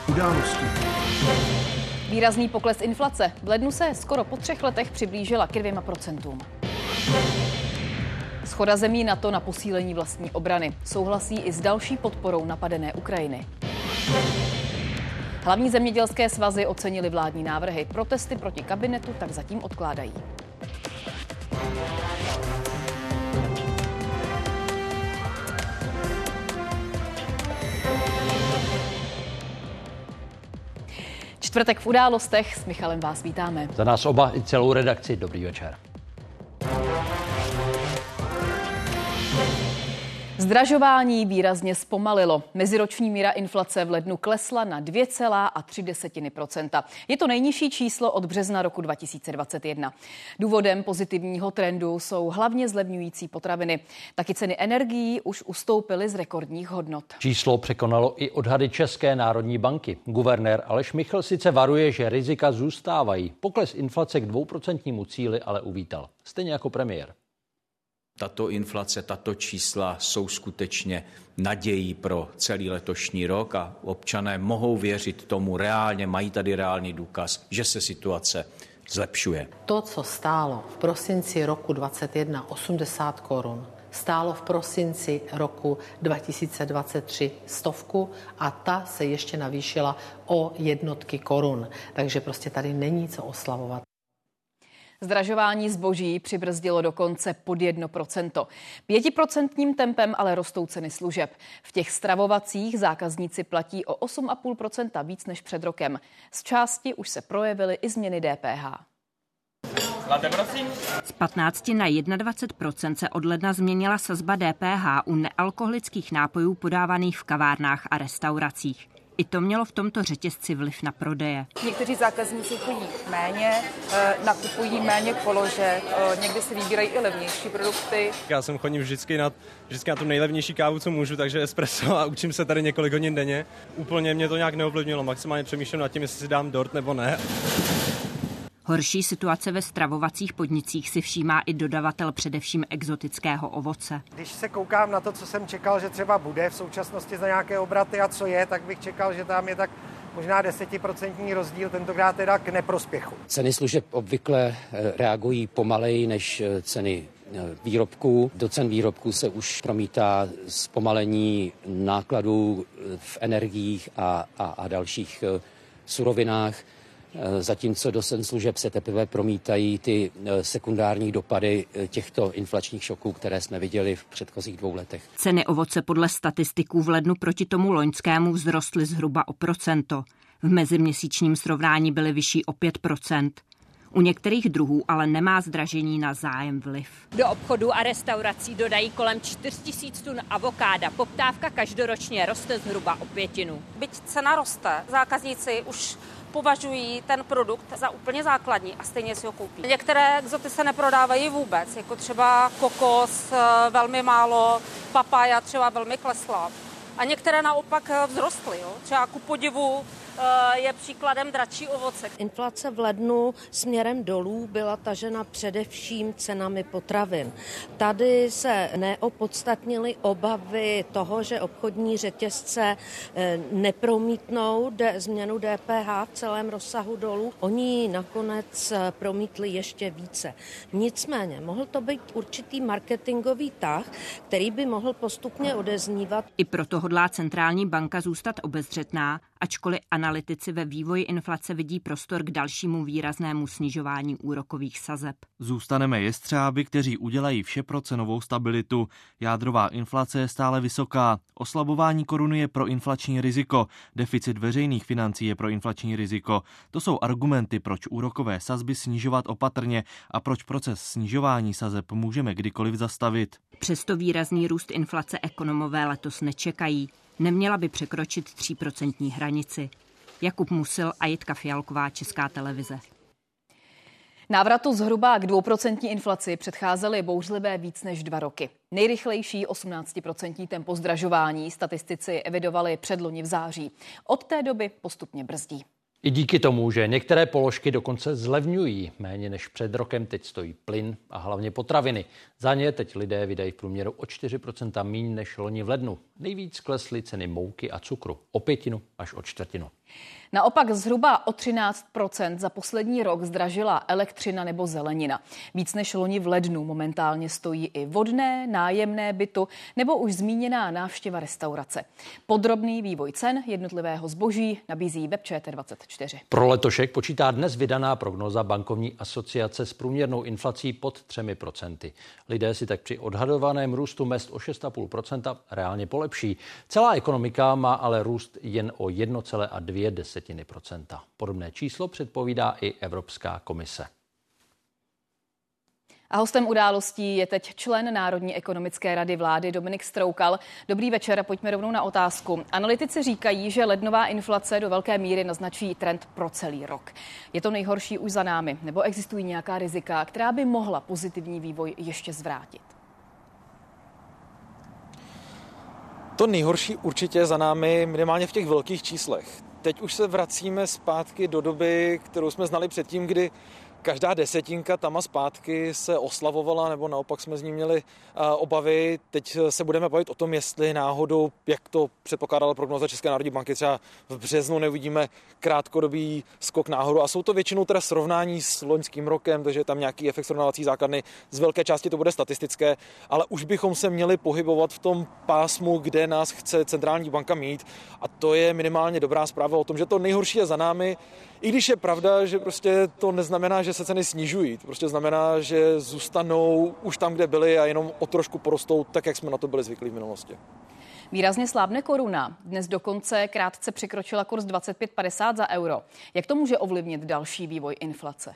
Události. Výrazný pokles inflace. V lednu se skoro po 3 letech přiblížila k 2%. Shoda zemí NATO na posílení vlastní obrany. Souhlasí i s další podporou napadené Ukrajiny. Hlavní zemědělské svazy ocenily vládní návrhy. Protesty proti kabinetu tak zatím odkládají. Čtvrtek v Událostech s Michalem vás vítáme. Za nás oba i celou redakci dobrý večer. Zdražování výrazně zpomalilo. Meziroční míra inflace v lednu klesla na 2,3%. Je to nejnižší číslo od března roku 2021. Důvodem pozitivního trendu jsou hlavně zlevňující potraviny. Taky ceny energií už ustoupily z rekordních hodnot. Číslo překonalo i odhady České národní banky. Guvernér Aleš Michl sice varuje, že rizika zůstávají. Pokles inflace k 2% cíli ale uvítal. Stejně jako premiér. Tato inflace, tato čísla jsou skutečně nadějí pro celý letošní rok a občané mohou věřit tomu reálně, mají tady reálný důkaz, že se situace zlepšuje. To, co stálo v prosinci roku 2021 80 korun, stálo v prosinci roku 2023 100 a ta se ještě navýšila o jednotky korun. Takže prostě tady není co oslavovat. Zdražování zboží přibrzdilo dokonce pod 1%. 5% tempem ale rostou ceny služeb. V těch stravovacích zákazníci platí o 8,5% víc než před rokem. Z části už se projevily i změny DPH. Z 15 na 21% se od ledna změnila sazba DPH u nealkoholických nápojů podávaných v kavárnách a restauracích. I to mělo v tomto řetězci vliv na prodeje. Někteří zákazníci chodí méně, nakupují méně položek, někdy si vybírají i levnější produkty. Já jsem chodím vždycky na tu nejlevnější kávu, co můžu, takže espresso a učím se tady několik hodin denně. Úplně mě to nějak neovlivnilo, maximálně přemýšlím nad tím, jestli si dám dort nebo ne. Horší situace ve stravovacích podnicích si všímá i dodavatel především exotického ovoce. Když se koukám na to, co jsem čekal, že třeba bude v současnosti za nějaké obraty a co je, tak bych čekal, že tam je tak možná 10% rozdíl, tentokrát teda k neprospěchu. Ceny služeb obvykle reagují pomaleji než ceny výrobků. Do cen výrobků se už promítá zpomalení nákladů v energiích a dalších surovinách. Zatímco do cen služeb se teprve promítají ty sekundární dopady těchto inflačních šoků, které jsme viděli v předchozích 2 letech. Ceny ovoce podle statistiků v lednu proti tomu loňskému vzrostly zhruba o procento. V meziměsíčním srovnání byly vyšší o 5%. U některých druhů ale nemá zdražení na zájem vliv. Do obchodů a restaurací dodají kolem 4 000 tun avokáda. Poptávka každoročně roste zhruba o 1/5. Byť cena roste, zákazníci už považují ten produkt za úplně základní a stejně si ho koupí. Některé exoty se neprodávají vůbec, jako třeba kokos velmi málo, papája třeba velmi klesla. A některé naopak vzrostly. Třeba ku podivu je příkladem dračí ovoce. Inflace v lednu směrem dolů byla tažena především cenami potravin. Tady se neopodstatnily obavy toho, že obchodní řetězce nepromítnou změnu DPH v celém rozsahu dolů. Oni nakonec promítli ještě více. Nicméně mohl to být určitý marketingový tah, který by mohl postupně odeznívat. I proto hodlá centrální banka zůstat obezřetná, ačkoliv analytici ve vývoji inflace vidí prostor k dalšímu výraznému snižování úrokových sazeb. Zůstaneme jestřáby, kteří udělají vše pro cenovou stabilitu. Jádrová inflace je stále vysoká. Oslabování koruny je proinflační riziko. Deficit veřejných financí je proinflační riziko. To jsou argumenty, proč úrokové sazby snižovat opatrně a proč proces snižování sazeb můžeme kdykoliv zastavit. Přesto výrazný růst inflace ekonomové letos nečekají. Neměla by překročit 3% hranici. Jakub Musil a Jitka Fialková, Česká televize. Návratu zhruba k 2% inflaci předcházely bouřlivé víc než 2 roky. Nejrychlejší 18% tempo zdražování statistici evidovali předloni v září. Od té doby postupně brzdí. I díky tomu, že některé položky dokonce zlevňují. Méně než před rokem teď stojí plyn a hlavně potraviny. Za ně teď lidé vydají v průměru o 4% míň než loni v lednu. Nejvíc klesly ceny mouky a cukru o 1/5 až o 1/4. Naopak zhruba o 13% za poslední rok zdražila elektřina nebo zelenina. Víc než loni v lednu momentálně stojí i vodné, nájemné bytu nebo už zmíněná návštěva restaurace. Podrobný vývoj cen jednotlivého zboží nabízí web ČT24. Pro letošek počítá dnes vydaná prognóza bankovní asociace s průměrnou inflací pod 3%. Lidé si tak při odhadovaném růstu mezd o 6,5% reálně polepší. Celá ekonomika má ale růst jen o 1,2%. Podobné číslo předpovídá i Evropská komise. A hostem událostí je teď člen Národní ekonomické rady vlády Dominik Stroukal. Dobrý večer, pojďme rovnou na otázku. Analytici říkají, že lednová inflace do velké míry naznačí trend pro celý rok. Je to nejhorší už za námi, nebo existují nějaká rizika, která by mohla pozitivní vývoj ještě zvrátit? To nejhorší určitě za námi, minimálně v těch velkých číslech. Teď už se vracíme zpátky do doby, kterou jsme znali předtím, kdy každá desetinka tam a zpátky se oslavovala, nebo naopak jsme z ní měli obavy. Teď se budeme bavit o tom, jestli náhodou, jak to předpokládala prognóza České národní banky, třeba v březnu neuvidíme krátkodobý skok nahoru. A jsou to většinou teda srovnání s loňským rokem, takže je tam nějaký efekt srovnávací základny. Z velké části to bude statistické, ale už bychom se měli pohybovat v tom pásmu, kde nás chce centrální banka mít. A to je minimálně dobrá zpráva o tom, že to nejhorší je za námi. I když je pravda, že prostě to neznamená, že se ceny snižují. To prostě znamená, že zůstanou už tam, kde byly a jenom o trošku porostou, tak jak jsme na to byli zvyklí v minulosti. Výrazně slábne koruna. Dnes dokonce krátce překročila kurz 25,50 za euro. Jak to může ovlivnit další vývoj inflace?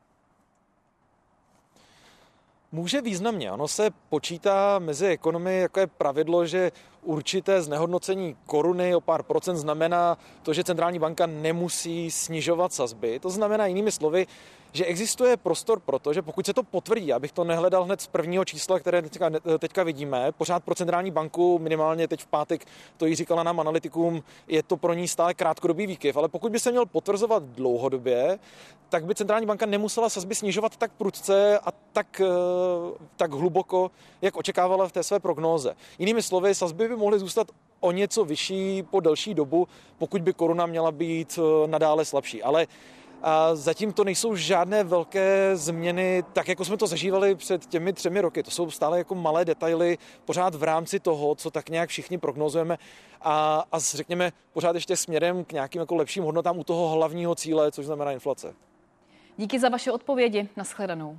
Může významně. Ono se počítá mezi ekonomy, jako je pravidlo, že určité znehodnocení koruny o pár procent znamená to, že centrální banka nemusí snižovat sazby. To znamená jinými slovy, že existuje prostor pro to, že pokud se to potvrdí, abych to nehledal hned z prvního čísla, které teďka vidíme, pořád pro centrální banku, minimálně teď v pátek, to ji říkala nám analytikům, je to pro ní stále krátkodobý výkyv, ale pokud by se měl potvrzovat dlouhodobě, tak by centrální banka nemusela sazby snižovat tak prudce a tak hluboko, jak očekávala v té své prognóze. Jinými slovy, sazby by mohly zůstat o něco vyšší po delší dobu, pokud by koruna měla být nadále slabší. Ale a zatím to nejsou žádné velké změny, tak jako jsme to zažívali před těmi 3 roky. To jsou stále jako malé detaily, pořád v rámci toho, co tak nějak všichni prognozujeme a řekněme pořád ještě směrem k nějakým jako lepším hodnotám u toho hlavního cíle, což znamená inflace. Díky za vaše odpovědi. Nashledanou.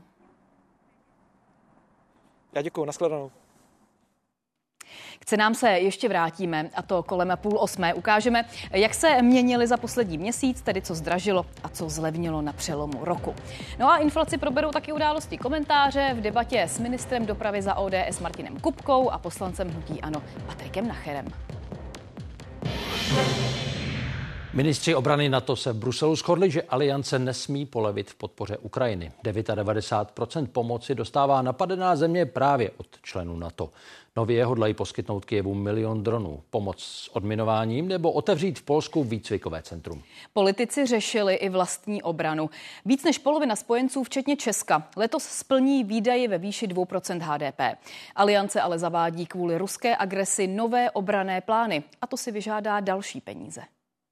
Já děkuji, nashledanou. K cenám se ještě vrátíme, a to kolem 7:30. Ukážeme, jak se měnily za poslední měsíc, tedy co zdražilo a co zlevnilo na přelomu roku. No a inflaci proberou taky události komentáře v debatě s ministrem dopravy za ODS Martinem Kupkou a poslancem hnutí ANO Patrikem Nacherem. Ministři obrany NATO se v Bruselu shodli, že aliance nesmí polevit v podpoře Ukrajiny. 99% pomoci dostává napadená země právě od členů NATO. Nově hodlají poskytnout Kyjevu 1 milion dronů, pomoc s odminováním nebo otevřít v Polsku výcvikové centrum. Politici řešili i vlastní obranu. Víc než polovina spojenců, včetně Česka, letos splní výdaje ve výši 2% HDP. Aliance ale zavádí kvůli ruské agresi nové obranné plány a to si vyžádá další peníze.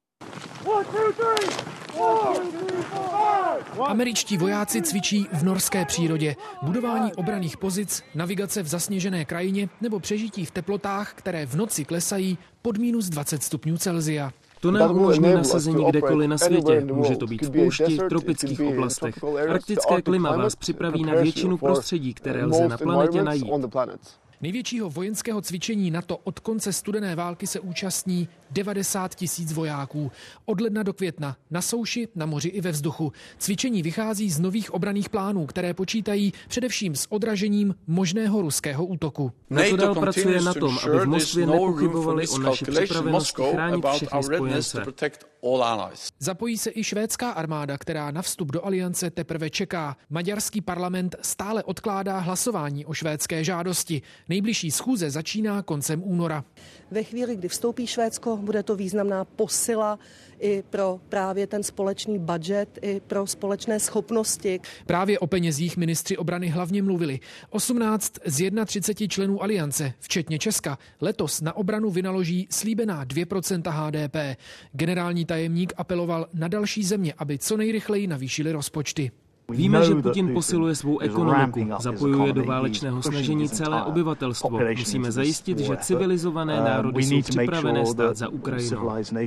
Američtí vojáci cvičí v norské přírodě. Budování obranných pozic, navigace v zasněžené krajině nebo přežití v teplotách, které v noci klesají pod minus 20 stupňů Celsia. Tunel umožní nasazení kdekoliv na světě. Může to být v poušti, v tropických oblastech. Arktické klima vás připraví na většinu prostředí, které lze na planetě najít. Největšího vojenského cvičení NATO od konce studené války se účastní 90 000 vojáků. Od ledna do května na souši, na moři i ve vzduchu. Cvičení vychází z nových obranných plánů, které počítají především s odražením možného ruského útoku. NATO dál pracuje na tom, aby v Moskvě nepochybovali o naší připravenosti chránit všechny spojence. Zapojí se i švédská armáda, která na vstup do aliance teprve čeká. Maďarský parlament stále odkládá hlasování o švédské žádosti. Nejbližší schůze začíná koncem února. Ve chvíli, kdy vstoupí Švédsko, bude to významná posila i pro právě ten společný budget, i pro společné schopnosti. Právě o penězích ministři obrany hlavně mluvili. 18 z 31 členů aliance, včetně Česka, letos na obranu vynaloží slíbená 2% HDP. Generální tajemník apeloval na další země, aby co nejrychleji navýšili rozpočty. Víme, že Putin posiluje svou ekonomiku, zapojuje do válečného snažení celé obyvatelstvo. Musíme zajistit, že civilizované národy jsou připravené stát za Ukrajinou.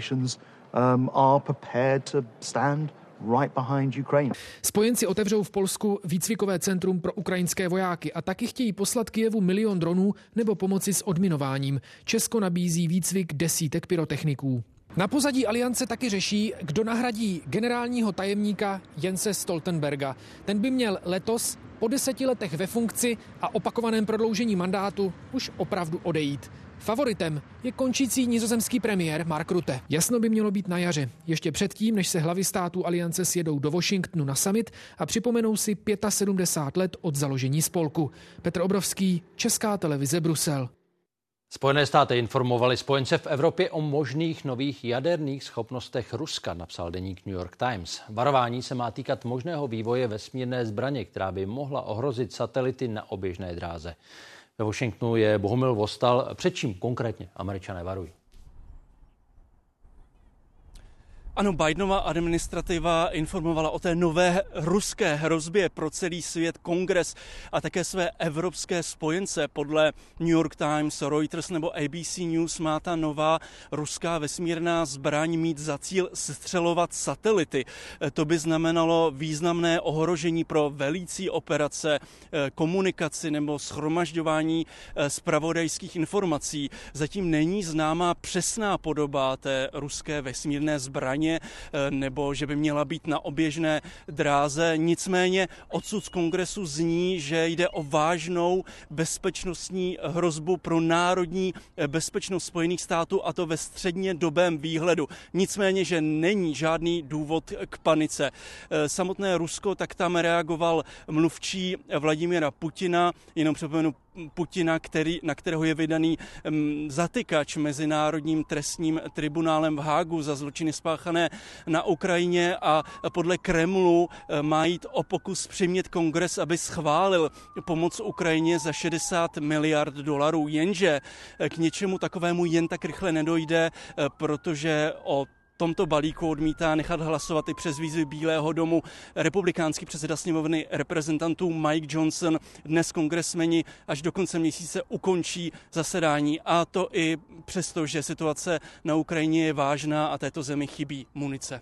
Spojenci otevřou v Polsku výcvikové centrum pro ukrajinské vojáky a taky chtějí poslat Kyjevu 1 000 000 dronů nebo pomoci s odminováním. Česko nabízí výcvik desítek pyrotechniků. Na pozadí aliance taky řeší, kdo nahradí generálního tajemníka Jense Stoltenberga. Ten by měl letos po 10 letech ve funkci a opakovaném prodloužení mandátu už opravdu odejít. Favoritem je končící nizozemský premiér Mark Rutte. Jasno by mělo být na jaře, ještě předtím, než se hlavy států aliance sjedou do Washingtonu na summit a připomenou si 75 let od založení spolku. Petr Obrovský, Česká televize, Brusel. Spojené státy informovali spojence v Evropě o možných nových jaderných schopnostech Ruska, napsal deník New York Times. Varování se má týkat možného vývoje vesmírné zbraně, která by mohla ohrozit satelity na oběžné dráze. Ve Washingtonu je Bohumil Vostal. Před čím konkrétně Američané varují? Ano, Bidenova administrativa informovala o té nové ruské hrozbě pro celý svět, Kongres a také své evropské spojence. Podle New York Times, Reuters nebo ABC News má ta nová ruská vesmírná zbraň mít za cíl sestřelovat satelity. To by znamenalo významné ohrožení pro velící operace, komunikaci nebo shromažďování zpravodajských informací. Zatím není známá přesná podoba té ruské vesmírné zbraně, nebo že by měla být na oběžné dráze. Nicméně odsud z Kongresu zní, že jde o vážnou bezpečnostní hrozbu pro národní bezpečnost Spojených států, a to ve střednědobém výhledu. Nicméně, že není žádný důvod k panice. Samotné Rusko, tak tam reagoval mluvčí Vladimira Putina, jenom připomenu Putina, na kterého je vydaný zatykač Mezinárodním trestním tribunálem v Hágu za zločiny spáchané na Ukrajině, a podle Kremlu má jít o pokus přimět Kongres, aby schválil pomoc Ukrajině za $60 miliard. Jenže k něčemu takovému jen tak rychle nedojde, protože o tomto balíku odmítá nechat hlasovat i přes výzvy Bílého domu republikánský předseda sněmovny reprezentantů Mike Johnson. Dnes kongresmeni až do konce měsíce ukončí zasedání, a to i přesto, že situace na Ukrajině je vážná a této zemi chybí munice.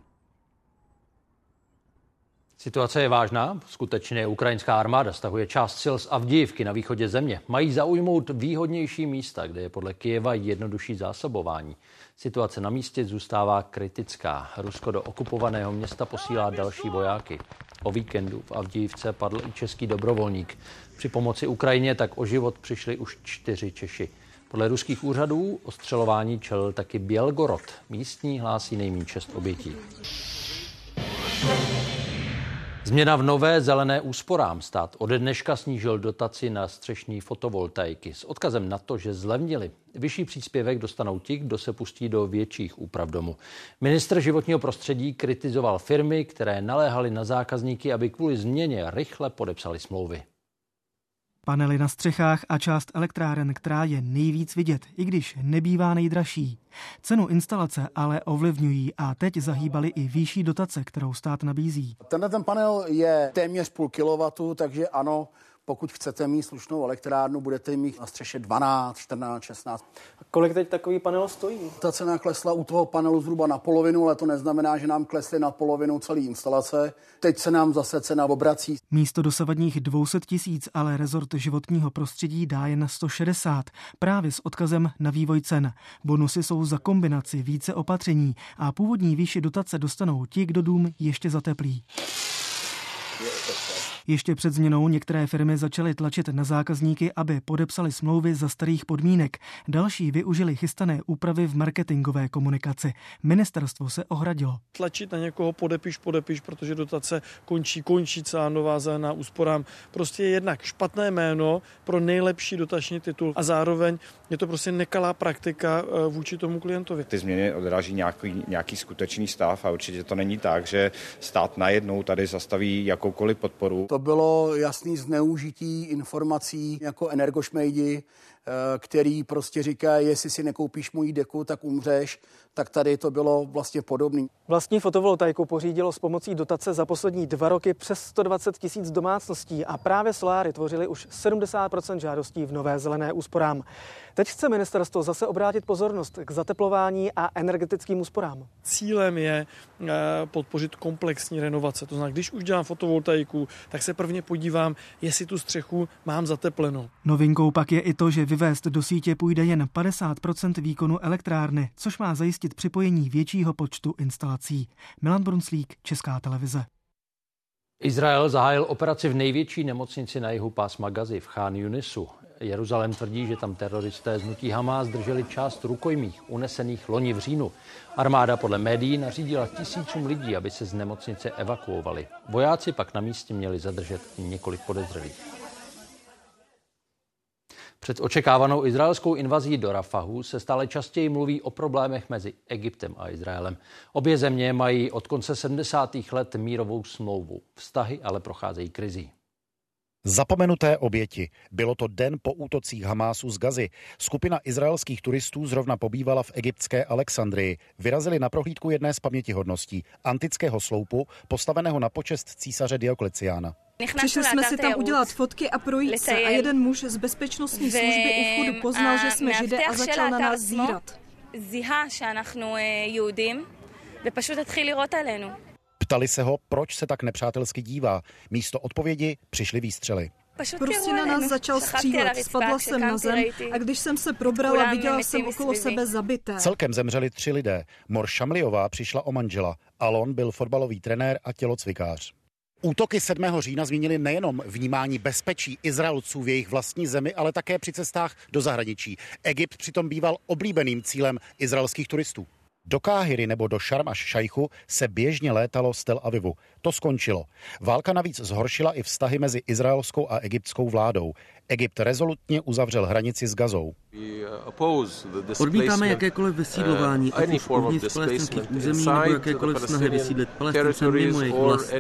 Situace je vážná. Skutečně ukrajinská armáda stahuje část sil z Avdijivky na východě země. Mají zaujmout výhodnější místa, kde je podle Kyjeva jednodušší zásobování. Situace na místě zůstává kritická. Rusko do okupovaného města posílá další vojáky. O víkendu v Avdijivce padl i český dobrovolník. Při pomoci Ukrajině tak o život přišli už 4 Češi. Podle ruských úřadů ostřelování čelil taky Bělgorod. Místní hlásí nejméně 6 obětí. Změna v nové zelené úsporám. Stát ode dneška snížil dotaci na střešní fotovoltaiky s odkazem na to, že zlevnili. Vyšší příspěvek dostanou ti, kdo se pustí do větších úprav domu. Ministr životního prostředí kritizoval firmy, které naléhaly na zákazníky, aby kvůli změně rychle podepsali smlouvy. Panely na střechách a část elektráren, která je nejvíc vidět, i když nebývá nejdražší. Cenu instalace ale ovlivňují a teď zahýbaly i výšší dotace, kterou stát nabízí. Ten panel je téměř půl kilowattu, takže ano, pokud chcete mít slušnou elektrárnu, budete mít na střeše 12, 14, 16. A kolik teď takový panel stojí? Ta cena klesla u toho panelu zhruba na polovinu, ale to neznamená, že nám klesly na polovinu celé instalace. Teď se nám zase cena obrací. Místo dosavadních 200 000 ale rezort životního prostředí dá jen 160, právě s odkazem na vývoj cen. Bonusy jsou za kombinaci více opatření a původní výši dotace dostanou ti, kdo dům ještě zateplí. Ještě před změnou některé firmy začaly tlačit na zákazníky, aby podepsali smlouvy za starých podmínek. Další využili chystané úpravy v marketingové komunikaci. Ministerstvo se ohradilo. Tlačit na někoho podepiš, protože dotace končí celá nová zelená úsporám. Prostě je jednak špatné jméno pro nejlepší dotační titul a zároveň je to prostě nekalá praktika vůči tomu klientovi. Ty změny odráží nějaký skutečný stav a určitě to není tak, že stát najednou tady zastaví jakoukoliv podporu. To bylo jasný zneužití informací jako energošmejdi, který prostě říká, jestli si nekoupíš moji deku, tak umřeš, tak tady to bylo vlastně podobné. Vlastní fotovoltaiku pořídilo s pomocí dotace za poslední 2 roky přes 120 000 domácností a právě soláry tvořily už 70% žádostí v nové zelené úsporám. Teď chce ministerstvo zase obrátit pozornost k zateplování a energetickým úsporám. Cílem je podpořit komplexní renovace. To znamená, když už dělám fotovoltaiku, tak se prvně podívám, jestli tu střechu mám zateplenou. Novinkou pak je i to, že vyvést do sítě půjde jen 50% výkonu elektrárny, což má zajistit připojení většího počtu instalací. Milan Brunslík, Česká televize. Izrael zahájil operaci v největší nemocnici na jihu pásma Gazy v Chán Junisu. Jeruzalém tvrdí, že tam teroristé z hnutí Hamás drželi část rukojmích unesených loni v říjnu. Armáda podle médií nařídila tisícům lidí, aby se z nemocnice evakuovali. Vojáci pak na místě měli zadržet několik podezřelých. Před očekávanou izraelskou invazí do Rafahu se stále častěji mluví o problémech mezi Egyptem a Izraelem. Obě země mají od konce 70. let mírovou smlouvu. Vztahy ale procházejí krizí. Zapomenuté oběti. Bylo to den po útocích Hamásu z Gazy. Skupina izraelských turistů zrovna pobývala v egyptské Alexandrii. Vyrazili na prohlídku jedné z pamětihodností, antického sloupu, postaveného na počest císaře Diokleciána. Přišli jsme si tam udělat fotky a projít se a jeden muž z bezpečnostní služby u vchodu poznal, že jsme Židé a začal na nás zírat. Ptali se ho, proč se tak nepřátelsky dívá. Místo odpovědi přišly výstřely. Prostě na nás začal střílet, spadla jsem na zem a když jsem se probrala, viděla jsem okolo sebe zabité. Celkem zemřeli 3 lidé. Mor Šamliová přišla o manžela. Alon byl fotbalový trenér a tělocvikář. Útoky 7. října změnily nejenom vnímání bezpečí Izraelců v jejich vlastní zemi, ale také při cestách do zahraničí. Egypt přitom býval oblíbeným cílem izraelských turistů. Do Káhiry nebo do Šarm aš-Šajchu se běžně létalo z Tel Avivu. To skončilo. Válka navíc zhoršila i vztahy mezi izraelskou a egyptskou vládou. Egypt rezolutně uzavřel hranici s Gazou. Odmítáme jakékoliv vysídlování, ať už uvnitř palestinských území nebo jakékoliv snahy vysídlit Palestince mimo jejich vlast.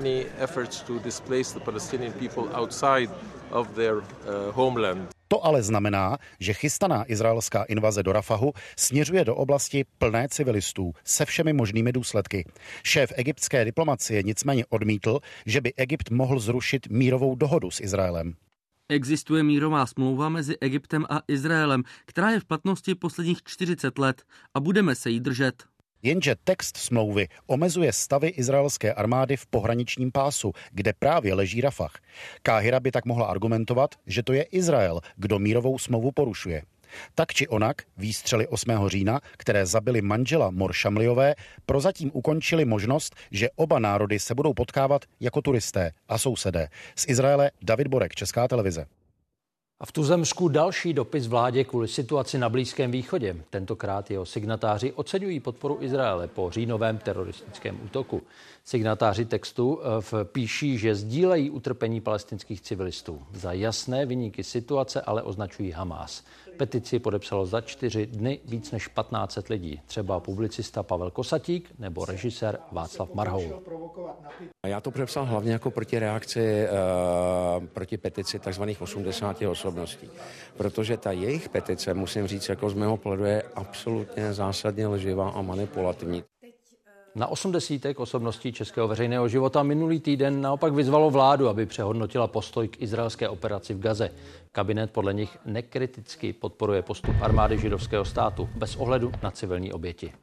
To ale znamená, že chystaná izraelská invaze do Rafahu směřuje do oblasti plné civilistů se všemi možnými důsledky. Šéf egyptské diplomacie nicméně odmítl, že by Egypt mohl zrušit mírovou dohodu s Izraelem. Existuje mírová smlouva mezi Egyptem a Izraelem, která je v platnosti posledních 40 let a budeme se jí držet. Jenže text smlouvy omezuje stavy izraelské armády v pohraničním pásu, kde právě leží Rafah. Káhira by tak mohla argumentovat, že to je Izrael, kdo mírovou smlouvu porušuje. Tak či onak, výstřely 8. října, které zabili manžela Mor Šamliové, prozatím ukončili možnost, že oba národy se budou potkávat jako turisté a sousedé. Z Izraele David Borek, Česká televize. A v tuzemsku další dopis vládě kvůli situaci na Blízkém východě. Tentokrát jeho signatáři oceňují podporu Izraele po říjnovém teroristickém útoku. Signatáři textu píší, že sdílejí utrpení palestinských civilistů. Za jasné viníky situace ale označují Hamás. Petici podepsalo za 4 dny víc než 1500 lidí. Třeba publicista Pavel Kosatík nebo režisér Václav Marhoul. Já to podepsal hlavně jako protireakci proti petici tzv. 80 osobností. Protože ta jejich petice, musím říct, jako z mého pohledu je absolutně zásadně lživá a manipulativní. Na 80 osobností českého veřejného života minulý týden naopak vyzvalo vládu, aby přehodnotila postoj k izraelské operaci v Gaze. Kabinet podle nich nekriticky podporuje postup armády židovského státu bez ohledu na civilní oběti.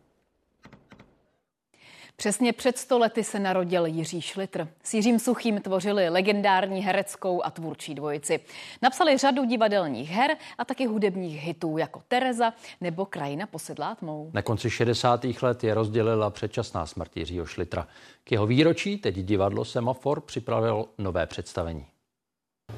Přesně před 100 lety se narodil Jiří Šlitr. S Jiřím Suchým tvořili legendární hereckou a tvůrčí dvojici. Napsali řadu divadelních her a taky hudebních hitů jako Tereza nebo Krajina posedlá tmou. Na konci 60. let je rozdělila předčasná smrt Jiřího Šlitra. K jeho výročí teď divadlo Semafor připravilo nové představení.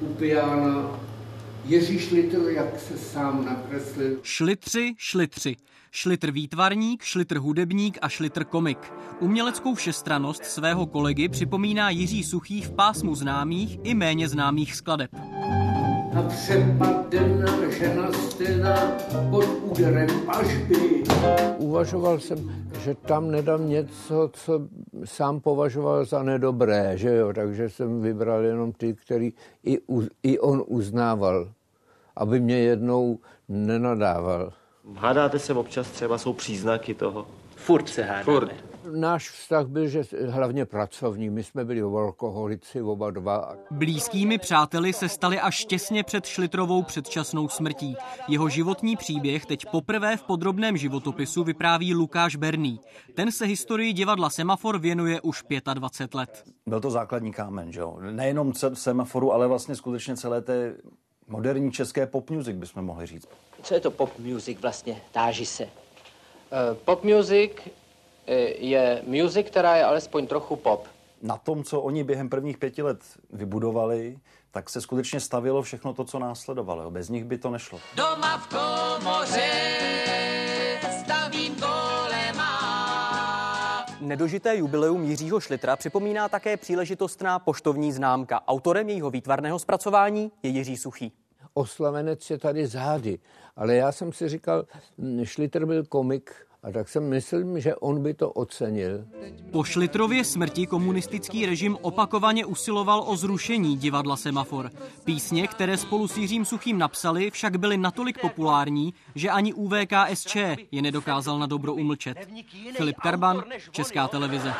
upijána Jiří Šlitr, jak se sám nakreslil. Šlitři. Šlitr výtvarník, Šlitr hudebník a Šlitr komik. Uměleckou všestrannost svého kolegy připomíná Jiří Suchý v pásmu známých i méně známých skladeb. A přepadena žena stena pod úderem pažby. Uvažoval jsem, že tam nedám něco, co sám považoval za nedobré, že jo? Takže jsem vybral jenom ty, který i on uznával, aby mě jednou nenadával. Hádáte se občas, třeba jsou příznaky toho? Furt se hádáme. Furt. Náš vztah byl, že hlavně pracovní. My jsme byli alkoholici oba dva. Blízkými přáteli se stali až těsně před Šlitrovou předčasnou smrtí. Jeho životní příběh teď poprvé v podrobném životopisu vypráví Lukáš Berný. Ten se historii divadla Semafor věnuje už 25 let. Byl to základní kámen, že jo? Nejenom Semaforu, ale vlastně skutečně celé té moderní české pop music, bychom mohli říct. Co je to pop music vlastně? Táži se. Pop music je music, která je alespoň trochu pop. Na tom, co oni během prvních 5 let vybudovali, tak se skutečně stavilo všechno to, co následovalo. Bez nich by to nešlo. Doma v komoře stavím golema. Nedožité jubileum Jiřího Šlitra připomíná také příležitostná poštovní známka. Autorem jejího výtvarného zpracování je Jiří Suchý. Oslavenec je tady zády, ale já jsem si říkal, Šlitr byl komik, a tak jsem myslel, že on by to ocenil. Po Šlitrově smrti komunistický režim opakovaně usiloval o zrušení divadla Semafor. Písně, které spolu s Jiřím Suchým napsali, však byly natolik populární, že ani ÚVKSČ je nedokázal na dobro umlčet. Filip Karban, Česká televize.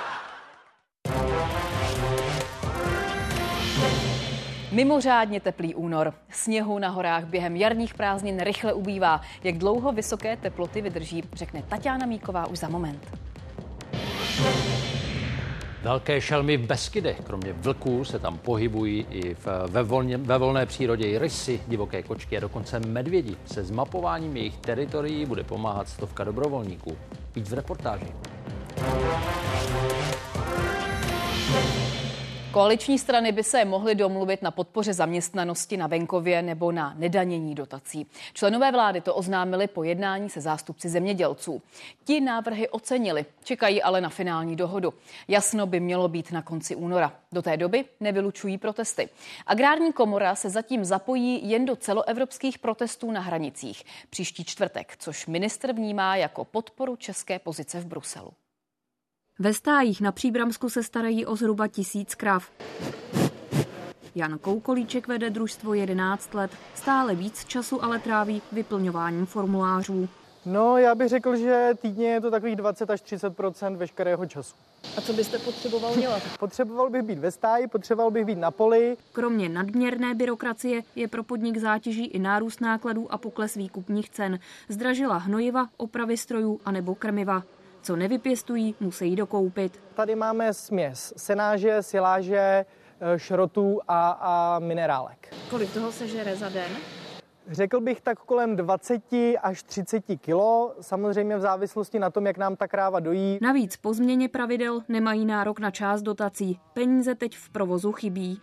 Mimořádně teplý únor. Sněhu na horách během jarních prázdnin rychle ubývá. Jak dlouho vysoké teploty vydrží, řekne Taťána Míková už za moment. Velké šelmy v Beskydech. Kromě vlků se tam pohybují i ve volné přírodě i rysy, divoké kočky a dokonce medvědi. Se zmapováním jejich teritorií bude pomáhat 100 dobrovolníků. Víc v reportáži. Koaliční strany by se mohly domluvit na podpoře zaměstnanosti na venkově nebo na nedanění dotací. Členové vlády to oznámili po jednání se zástupci zemědělců. Ti návrhy ocenili, čekají ale na finální dohodu. Jasno by mělo být na konci února. Do té doby nevylučují protesty. Agrární komora se zatím zapojí jen do celoevropských protestů na hranicích. Příští čtvrtek, což ministr vnímá jako podporu české pozice v Bruselu. Ve stájích na Příbramsku se starají o zhruba 1000 krav. Jan Koukolíček vede družstvo 11 let. Stále víc času ale tráví vyplňováním formulářů. No, já bych řekl, že týdně je to takových 20 až 30% veškerého času. A co byste potřeboval dělat? Potřeboval bych být ve stáji, potřeboval bych být na poli. Kromě nadměrné byrokracie je pro podnik zátěží i nárůst nákladů a pokles výkupních cen. Zdražila hnojiva, opravy strojů anebo krmiva. Co nevypěstují, musí dokoupit. Tady máme směs senáže, siláže, šrotů a minerálek. Kolik toho sežere za den? Řekl bych tak kolem 20 až 30 kilo, samozřejmě v závislosti na tom, jak nám ta kráva dojí. Navíc po změně pravidel nemají nárok na část dotací. Peníze teď v provozu chybí.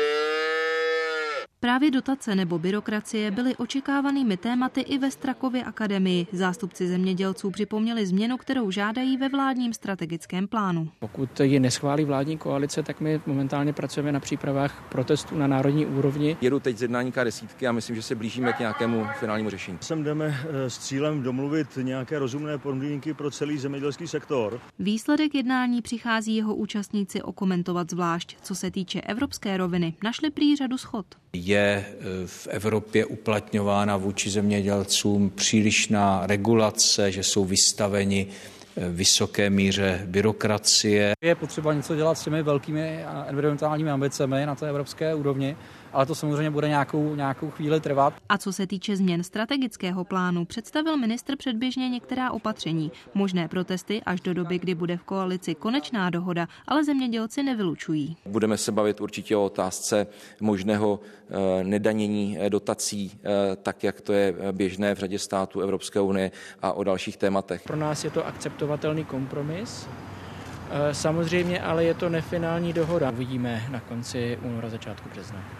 Právě dotace nebo byrokracie byly očekávanými tématy i ve Strakově akademii. Zástupci zemědělců připomněli změnu, kterou žádají ve vládním strategickém plánu. Pokud ji neschválí vládní koalice, tak my momentálně pracujeme na přípravách protestů na národní úrovni. Jedu teď z jednání K10 a myslím, že se blížíme k nějakému finálnímu řešení. Sem jdeme s cílem domluvit nějaké rozumné podmínky pro celý zemědělský sektor. Výsledek jednání přichází jeho účastníci okomentovat zvlášť. Co se týče evropské roviny, našli prý řadu shod. Je v Evropě uplatňována vůči zemědělcům přílišná regulace, že jsou vystaveni vysoké míře byrokracie. Je potřeba něco dělat s těmi velkými environmentálními ambicemi na té evropské úrovni, ale to samozřejmě bude nějakou chvíli trvat. A co se týče změn strategického plánu, představil ministr předběžně některá opatření. Možné protesty až do doby, kdy bude v koalici konečná dohoda, ale zemědělci nevylučují. Budeme se bavit určitě o otázce možného nedanění dotací, tak jak to je běžné v řadě států Evropské unie, a o dalších tématech. Pro nás je to akceptovatelný kompromis. Samozřejmě, ale je to nefinální dohoda. Uvidíme na konci února, začátku března.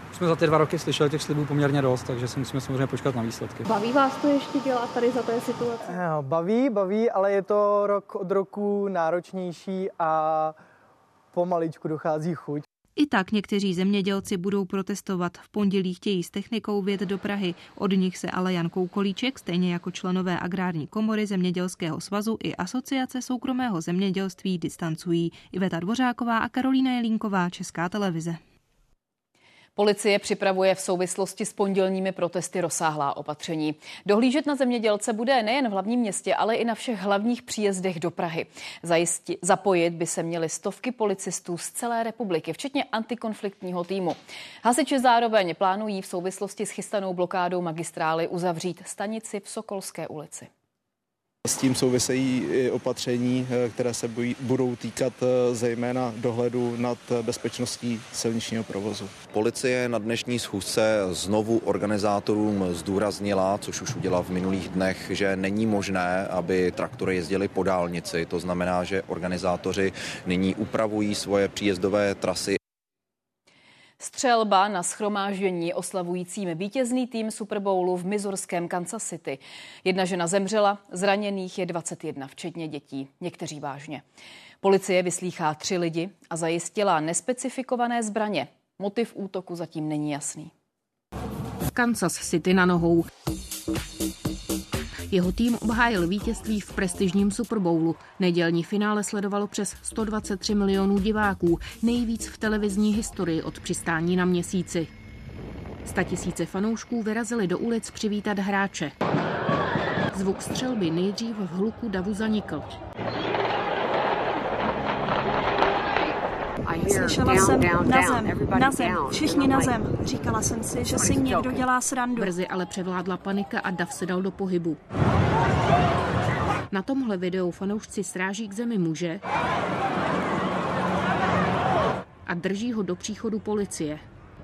Jsme za ty 2 roky slyšeli těch slibů poměrně dost, takže si musíme samozřejmě počkat na výsledky. Baví vás to ještě dělat tady za té situace? Baví, ale je to rok od roku náročnější a pomaličku dochází chuť. I tak někteří zemědělci budou protestovat. V pondělí chtějí s technikou vjet do Prahy. Od nich se ale Jan Koukolíček, stejně jako členové Agrární komory, Zemědělského svazu i Asociace soukromého zemědělství distancují. Iveta Dvořáková a Karolína Jelínková, Česká televize. Policie připravuje v souvislosti s pondělními protesty rozsáhlá opatření. Dohlížet na zemědělce bude nejen v hlavním městě, ale i na všech hlavních příjezdech do Prahy. Zapojit by se měly stovky policistů z celé republiky, včetně antikonfliktního týmu. Hasiči zároveň plánují v souvislosti s chystanou blokádou magistrály uzavřít stanici v Sokolské ulici. S tím souvisejí i opatření, které se budou týkat zejména dohledu nad bezpečností silničního provozu. Policie na dnešní schůzce znovu organizátorům zdůraznila, což už udělala v minulých dnech, že není možné, aby traktory jezdily po dálnici. To znamená, že organizátoři nyní upravují svoje příjezdové trasy. Střelba na shromáždění oslavujícím vítězný tým Super Bowlu v missourském Kansas City. 1 žena zemřela, zraněných je 21, včetně dětí, někteří vážně. Policie vyslýchá 3 lidi a zajistila nespecifikované zbraně. Motiv útoku zatím není jasný. Kansas City na nohou. Jeho tým obhájil vítězství v prestižním Super Bowlu. Nedělní finále sledovalo přes 123 milionů diváků, nejvíc v televizní historii od přistání na Měsíci. 100 000 fanoušků vyrazili do ulic přivítat hráče. Zvuk střelby nejdřív v hluku davu zanikl. Slyšela jsem na zem, všichni na zem. Říkala jsem si, že si někdo dělá srandu. Brzy ale převládla panika a dav se dal do pohybu. Na tomhle videu fanoušci sráží k zemi muže a drží ho do příchodu policie.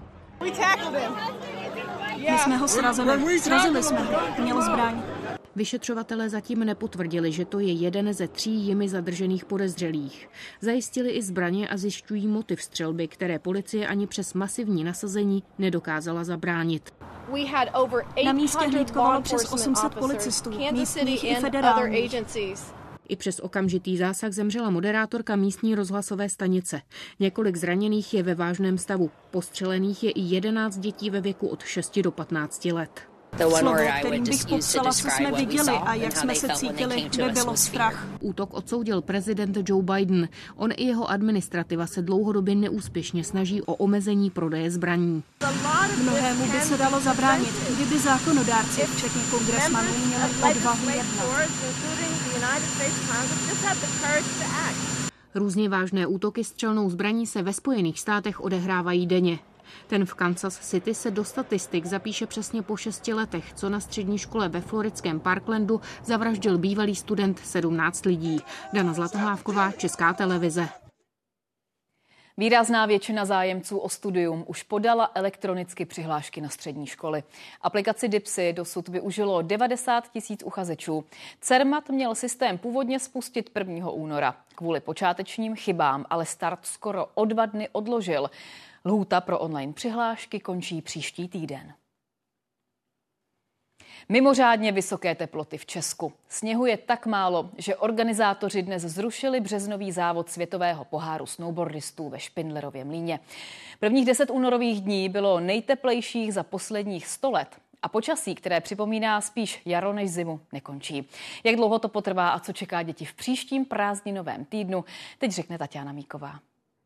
My jsme ho srazili jsme ho, měl zbraň. Vyšetřovatelé zatím nepotvrdili, že to je jeden ze 3 jimi zadržených podezřelých. Zajistili i zbraně a zjišťují motiv střelby, které policie ani přes masivní nasazení nedokázala zabránit. Na místě hlídkovalo přes 800 policistů, místních i federálních. I přes okamžitý zásah zemřela moderátorka místní rozhlasové stanice. Několik zraněných je ve vážném stavu. Postřelených je i 11 dětí ve věku od 6 do 15 let. Slovo, kterým bych popsala, co jsme viděli a jak jsme se cítili, nebylo strach. Útok odsoudil prezident Joe Biden. On i jeho administrativa se dlouhodobě neúspěšně snaží o omezení prodeje zbraní. Mnohému by se dalo zabránit, kdyby zákonodárci, včetně kongresmanů, měli odvahu jednat. Různě vážné útoky střelnou zbraní se ve Spojených státech odehrávají denně. Ten v Kansas City se do statistik zapíše přesně po 6 letech, co na střední škole ve floridském Parklandu zavraždil bývalý student 17 lidí. Dana Zlatohlávková, Česká televize. Výrazná většina zájemců o studium už podala elektronicky přihlášky na střední školy. Aplikaci DIPSY dosud využilo 90 000 uchazečů. Cermat měl systém původně spustit 1. února. Kvůli počátečním chybám ale start skoro o 2 dny odložil. Lhůta pro online přihlášky končí příští týden. Mimořádně vysoké teploty v Česku. Sněhu je tak málo, že organizátoři dnes zrušili březnový závod světového poháru snowboardistů ve Špindlerově mlýně. Prvních 10 únorových dní bylo nejteplejších za posledních 100 let. A počasí, které připomíná spíš jaro než zimu, nekončí. Jak dlouho to potrvá a co čeká děti v příštím prázdninovém týdnu, teď řekne Taťána Míková.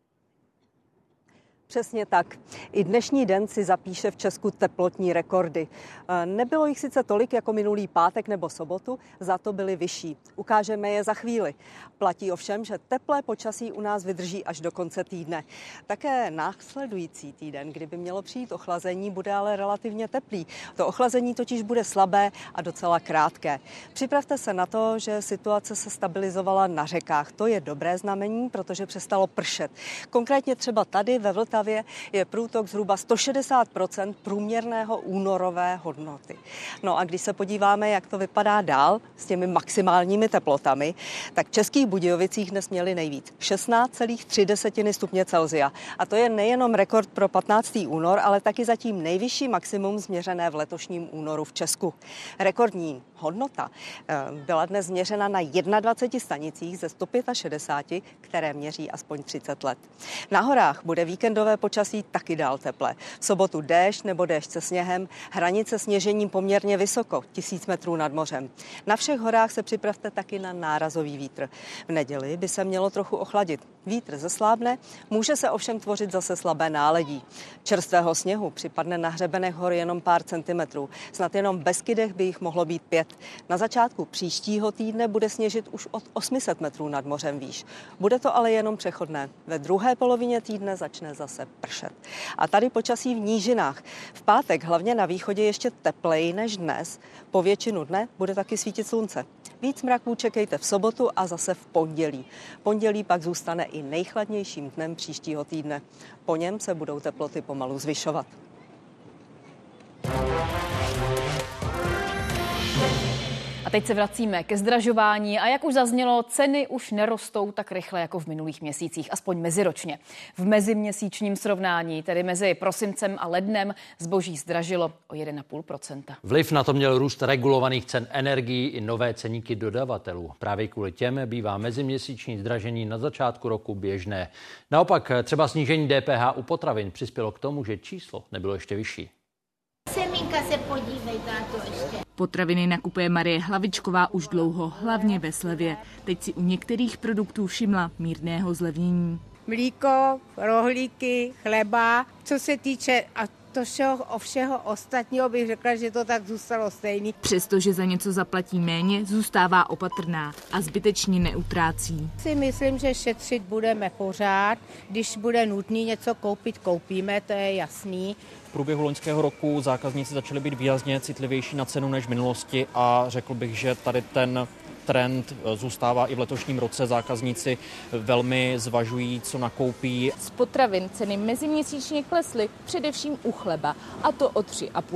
Přesně tak. I dnešní den si zapíše v Česku teplotní rekordy. Nebylo jich sice tolik jako minulý pátek nebo sobotu, za to byly vyšší. Ukážeme je za chvíli. Platí ovšem, že teplé počasí u nás vydrží až do konce týdne. Také následující týden, kdyby mělo přijít ochlazení, bude ale relativně teplý. To ochlazení totiž bude slabé a docela krátké. Připravte se na to, že situace se stabilizovala na řekách. To je dobré znamení, protože přestalo pršet. Konkrétně třeba tady ve Vltavě Vltavě je průtok zhruba 160% průměrného únorové hodnoty. No a když se podíváme, jak to vypadá dál s těmi maximálními teplotami, tak v Českých Budějovicích dnes měli nejvíc 16,3 stupně Celsia. A to je nejenom rekord pro 15. únor, ale taky zatím nejvyšší maximum změřené v letošním únoru v Česku. Rekordní hodnota byla dnes změřena na 21 stanicích ze 165, které měří aspoň 30 let. Na horách bude víkendové počasí taky dál teple. V sobotu déšť nebo déšť se sněhem, hranice sněžením poměrně vysoko, 1000 metrů nad mořem. Na všech horách se připravte taky na nárazový vítr. V neděli by se mělo trochu ochladit. Vítr zeslábne, může se ovšem tvořit zase slabé náledí. Čerstvého sněhu připadne na hřebenech hor jenom pár centimetrů. Snad jenom v Beskydech by jich mohlo být 5. Na začátku příštího týdne bude sněžit už od 800 metrů nad mořem výš. Bude to ale jenom přechodné. Ve druhé polovině týdne začne zase pršet. A tady počasí v nížinách. V pátek hlavně na východě ještě tepleji než dnes. Po většinu dne bude taky svítit slunce. Víc mraků čekejte v sobotu a zase v pondělí. Pondělí pak zůstane i nejchladnějším dnem příštího týdne. Po něm se budou teploty pomalu zvyšovat. A teď se vracíme ke zdražování a jak už zaznělo, ceny už nerostou tak rychle jako v minulých měsících, aspoň meziročně. V meziměsíčním srovnání, tedy mezi prosincem a lednem, zboží zdražilo o 1,5%. Vliv na to měl růst regulovaných cen energií i nové ceníky dodavatelů. Právě kvůli těm bývá meziměsíční zdražení na začátku roku běžné. Naopak třeba snížení DPH u potravin přispělo k tomu, že číslo nebylo ještě vyšší. Semínka se podívej, táto, ještě. Potraviny nakupuje Marie Hlavičková už dlouho, hlavně ve slevě. Teď si u některých produktů všimla mírného zlevnění. Mlíko, rohlíky, chleba, co se týče všeho ostatního bych řekla, že to tak zůstalo stejný. Přestože za něco zaplatí méně, zůstává opatrná a zbytečně neutrácí. Si myslím, že šetřit budeme pořád. Když bude nutný něco koupit, koupíme, to je jasný. V průběhu loňského roku zákazníci začali být výrazně citlivější na cenu než v minulosti a řekl bych, že tady ten trend zůstává i v letošním roce. Zákazníci velmi zvažují, co nakoupí. Z potravin ceny meziměsíčně klesly, především u chleba, a to o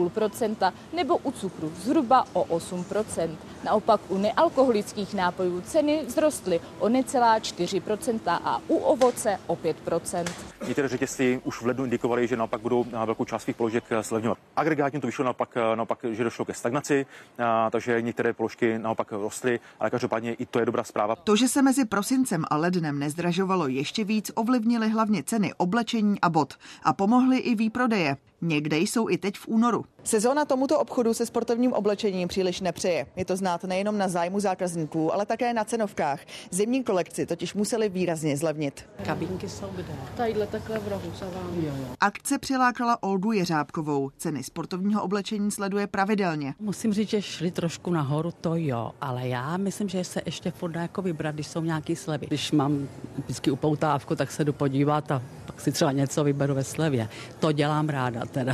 3,5% nebo u cukru zhruba o 8%. Naopak u nealkoholických nápojů ceny vzrostly o necelá 4% a u ovoce o 5%. Některé řetězci už v lednu indikovali, že naopak budou velkou část svých položek slevňovat. Agregátně to vyšlo naopak, že došlo ke stagnaci, takže některé položky naopak rostly, ale každopádně i to je dobrá zpráva. To, že se mezi prosincem a lednem nezdražovalo ještě víc, ovlivnily hlavně ceny oblečení a bot a pomohly i výprodeje. Někde jsou i teď v únoru. Sezóna tomuto obchodu se sportovním oblečením příliš nepřeje. Je to znát nejenom na zájmu zákazníků, ale také na cenovkách. Zimní kolekci totiž museli výrazně zlevnit. Kabinky jsou kde? Tadyhle takhle v rohu za vámi. Akce přilákala Olgu Jeřábkovou. Ceny sportovního oblečení sleduje pravidelně. Musím říct, že šli trošku nahoru, to jo, ale já myslím, že se ještě furt dá jako vybrat, když jsou nějaký slevy. Když mám vždycky upoutávku, tak se jdu podívat a pak si třeba něco vyberu ve slevě. To dělám ráda teda.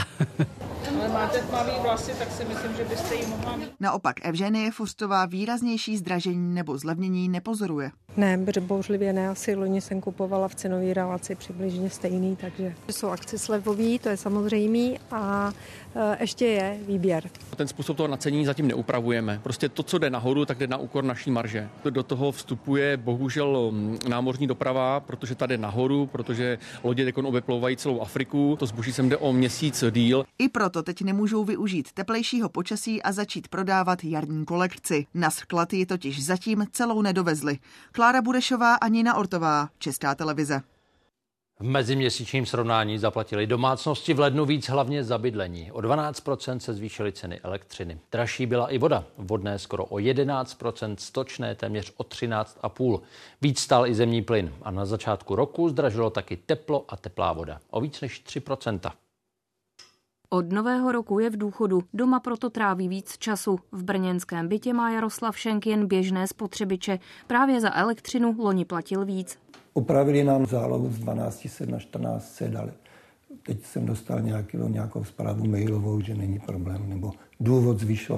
Ale máte tmavý vlasy, tak si myslím, že byste jí mohla mít. Naopak Evženie Forstová výraznější zdražení nebo zlevnění nepozoruje. Ne, bouřlivě ne, asi loni jsem kupovala v cenové relaci přibližně stejný, takže jsou akce slevový, to je samozřejmý a ještě je výběr. Ten způsob toho nacenění zatím neupravujeme. Prostě to, co jde nahoru, tak jde na úkor naší marže. Do toho vstupuje bohužel námořní doprava, protože tady nahoru, protože lodě teď obeplouvají celou Afriku, to zboží sem jde o měsíc díl. I proto teď nemůžou využít teplejšího počasí a začít prodávat jarní kolekci. Na sklad ji totiž zatím celou nedovezli. Klára Budešová a Nina Ortová, Česká televize. V meziměsíčním srovnání zaplatili domácnosti v lednu víc hlavně za bydlení. O 12% se zvýšily ceny elektřiny. Dražší byla i voda. Vodné skoro o 11%, stočné téměř o 13,5%. Víc stál i zemní plyn. A na začátku roku zdražilo taky teplo a teplá voda. O víc než 3%. Od nového roku je v důchodu, doma proto tráví víc času. V brněnském bytě má Jaroslav Šenk jen běžné spotřebiče. Právě za elektřinu loni platil víc. Upravili nám zálohu z 1200 na 1400 dali. Teď jsem dostal nějakou zprávu mailovou, že není problém, nebo důvod zvyšovat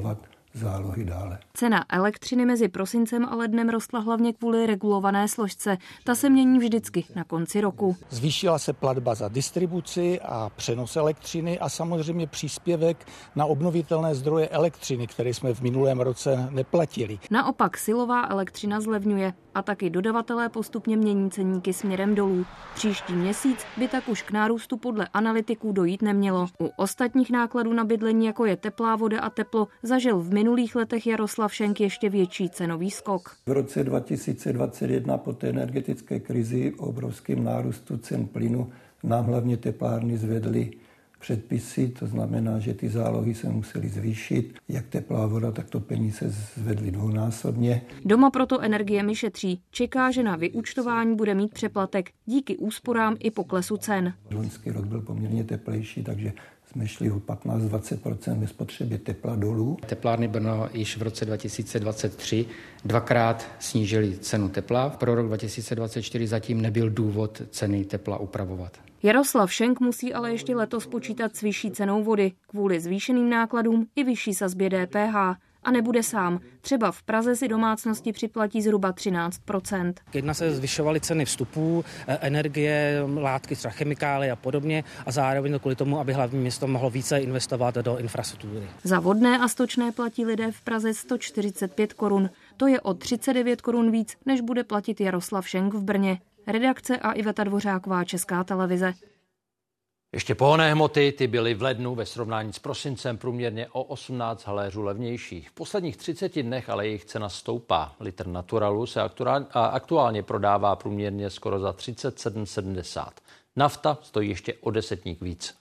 zálohy dále. Cena elektřiny mezi prosincem a lednem rostla hlavně kvůli regulované složce. Ta se mění vždycky na konci roku. Zvýšila se platba za distribuci a přenos elektřiny a samozřejmě příspěvek na obnovitelné zdroje elektřiny, které jsme v minulém roce neplatili. Naopak silová elektřina zlevňuje a taky dodavatelé postupně mění ceníky směrem dolů. Příští měsíc by tak už k nárůstu podle analytiků dojít nemělo. U ostatních nákladů na bydlení, jako je teplá voda a teplo, zažil v minulých letech Jaroslav Šenk ještě větší cenový skok. V roce 2021 po té energetické krizi obrovským nárůstu cen plynu nám hlavně teplárny zvedly předpisy, to znamená, že ty zálohy se musely zvýšit. Jak teplá voda, tak topení se zvedly dvounásobně. Doma proto energiemi šetří. Čeká, že na vyúčtování bude mít přeplatek díky úsporám i poklesu cen. Loňský rok byl poměrně teplejší, takže jsme šli o 15-20% ve spotřebě tepla dolů. Teplárny Brno již v roce 2023 dvakrát snížily cenu tepla. Pro rok 2024 zatím nebyl důvod ceny tepla upravovat. Jaroslav Šenk musí ale ještě letos počítat s vyšší cenou vody kvůli zvýšeným nákladům i vyšší sazbě DPH. A nebude sám. Třeba v Praze si domácnosti připlatí zhruba 13%. Jedna se zvyšovaly ceny vstupů, energie, látky, třeba chemikálie a podobně a zároveň to kvůli tomu, aby hlavní město mohlo více investovat do infrastruktury. Za vodné a stočné platí lidé v Praze 145 korun. To je o 39 korun víc, než bude platit Jaroslav Šenk v Brně. Redakce a Iveta Dvořáková, Česká televize. Ještě pohonné hmoty, ty byly v lednu ve srovnání s prosincem průměrně o 18 haléřů levnější. V posledních 30 dnech ale jejich cena stoupá. Litr Naturalu se aktuálně prodává průměrně skoro za 37,70. Nafta stojí ještě o desetník víc.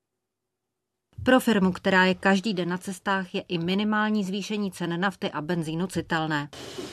Pro firmu, která je každý den na cestách, je i minimální zvýšení cen nafty a benzínu citelné.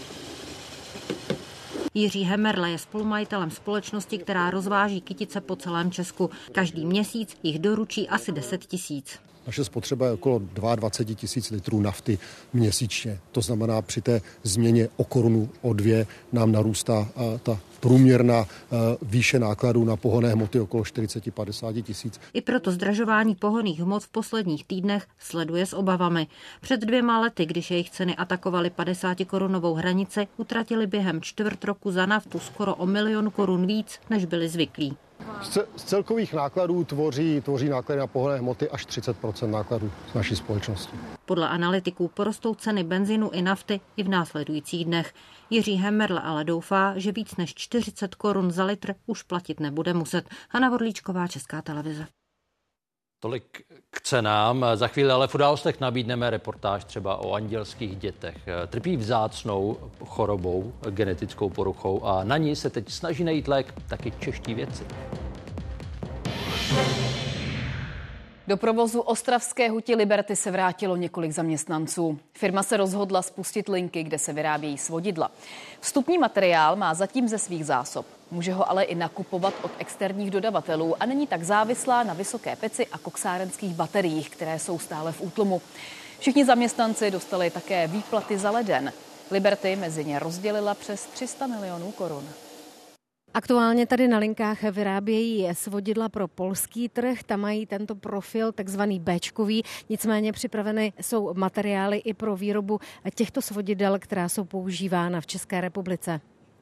Jiří Hemerle je spolumajitelem společnosti, která rozváží kytice po celém Česku. Každý měsíc jich doručí asi 10 000. Naše spotřeba je okolo 22 000 litrů nafty měsíčně. To znamená, při té změně o korunu, o 2 nám narůstá ta průměrná výše nákladů na pohonné hmoty okolo 40-50 tisíc. I proto zdražování pohonných hmot v posledních týdnech sleduje s obavami. Před 2 lety, když jejich ceny atakovaly 50korunovou hranici, utratili během čtvrt roku za naftu skoro o 1 000 000 korun víc, než byli zvyklí. Z celkových nákladů tvoří náklady na pohonné hmoty až 30% nákladů z naší společnosti. Podle analytiků porostou ceny benzínu i nafty i v následujících dnech. Jiří Hemerle ale doufá, že víc než 40 korun za litr už platit nebude muset. Hana Vorlíčková, Česká televize. Tolik k cenám. Za chvíli ale v Událostech nabídneme reportáž třeba o andělských dětech. Trpí vzácnou chorobou, genetickou poruchou a na ní se teď snaží najít lék taky čeští vědci. Do provozu ostravské huti Liberty se vrátilo několik zaměstnanců. Firma se rozhodla spustit linky, kde se vyrábějí svodidla. Vstupní materiál má zatím ze svých zásob. Může ho ale i nakupovat od externích dodavatelů a není tak závislá na vysoké peci a koksárenských bateriích, které jsou stále v útlumu. Všichni zaměstnanci dostali také výplaty za leden. Liberty mezi ně rozdělila přes 300 milionů korun. Aktuálně tady na linkách vyrábějí svodidla pro polský trh, tam mají tento profil takzvaný béčkový, nicméně připraveny jsou materiály i pro výrobu těchto svodidel, která jsou používána v České republice.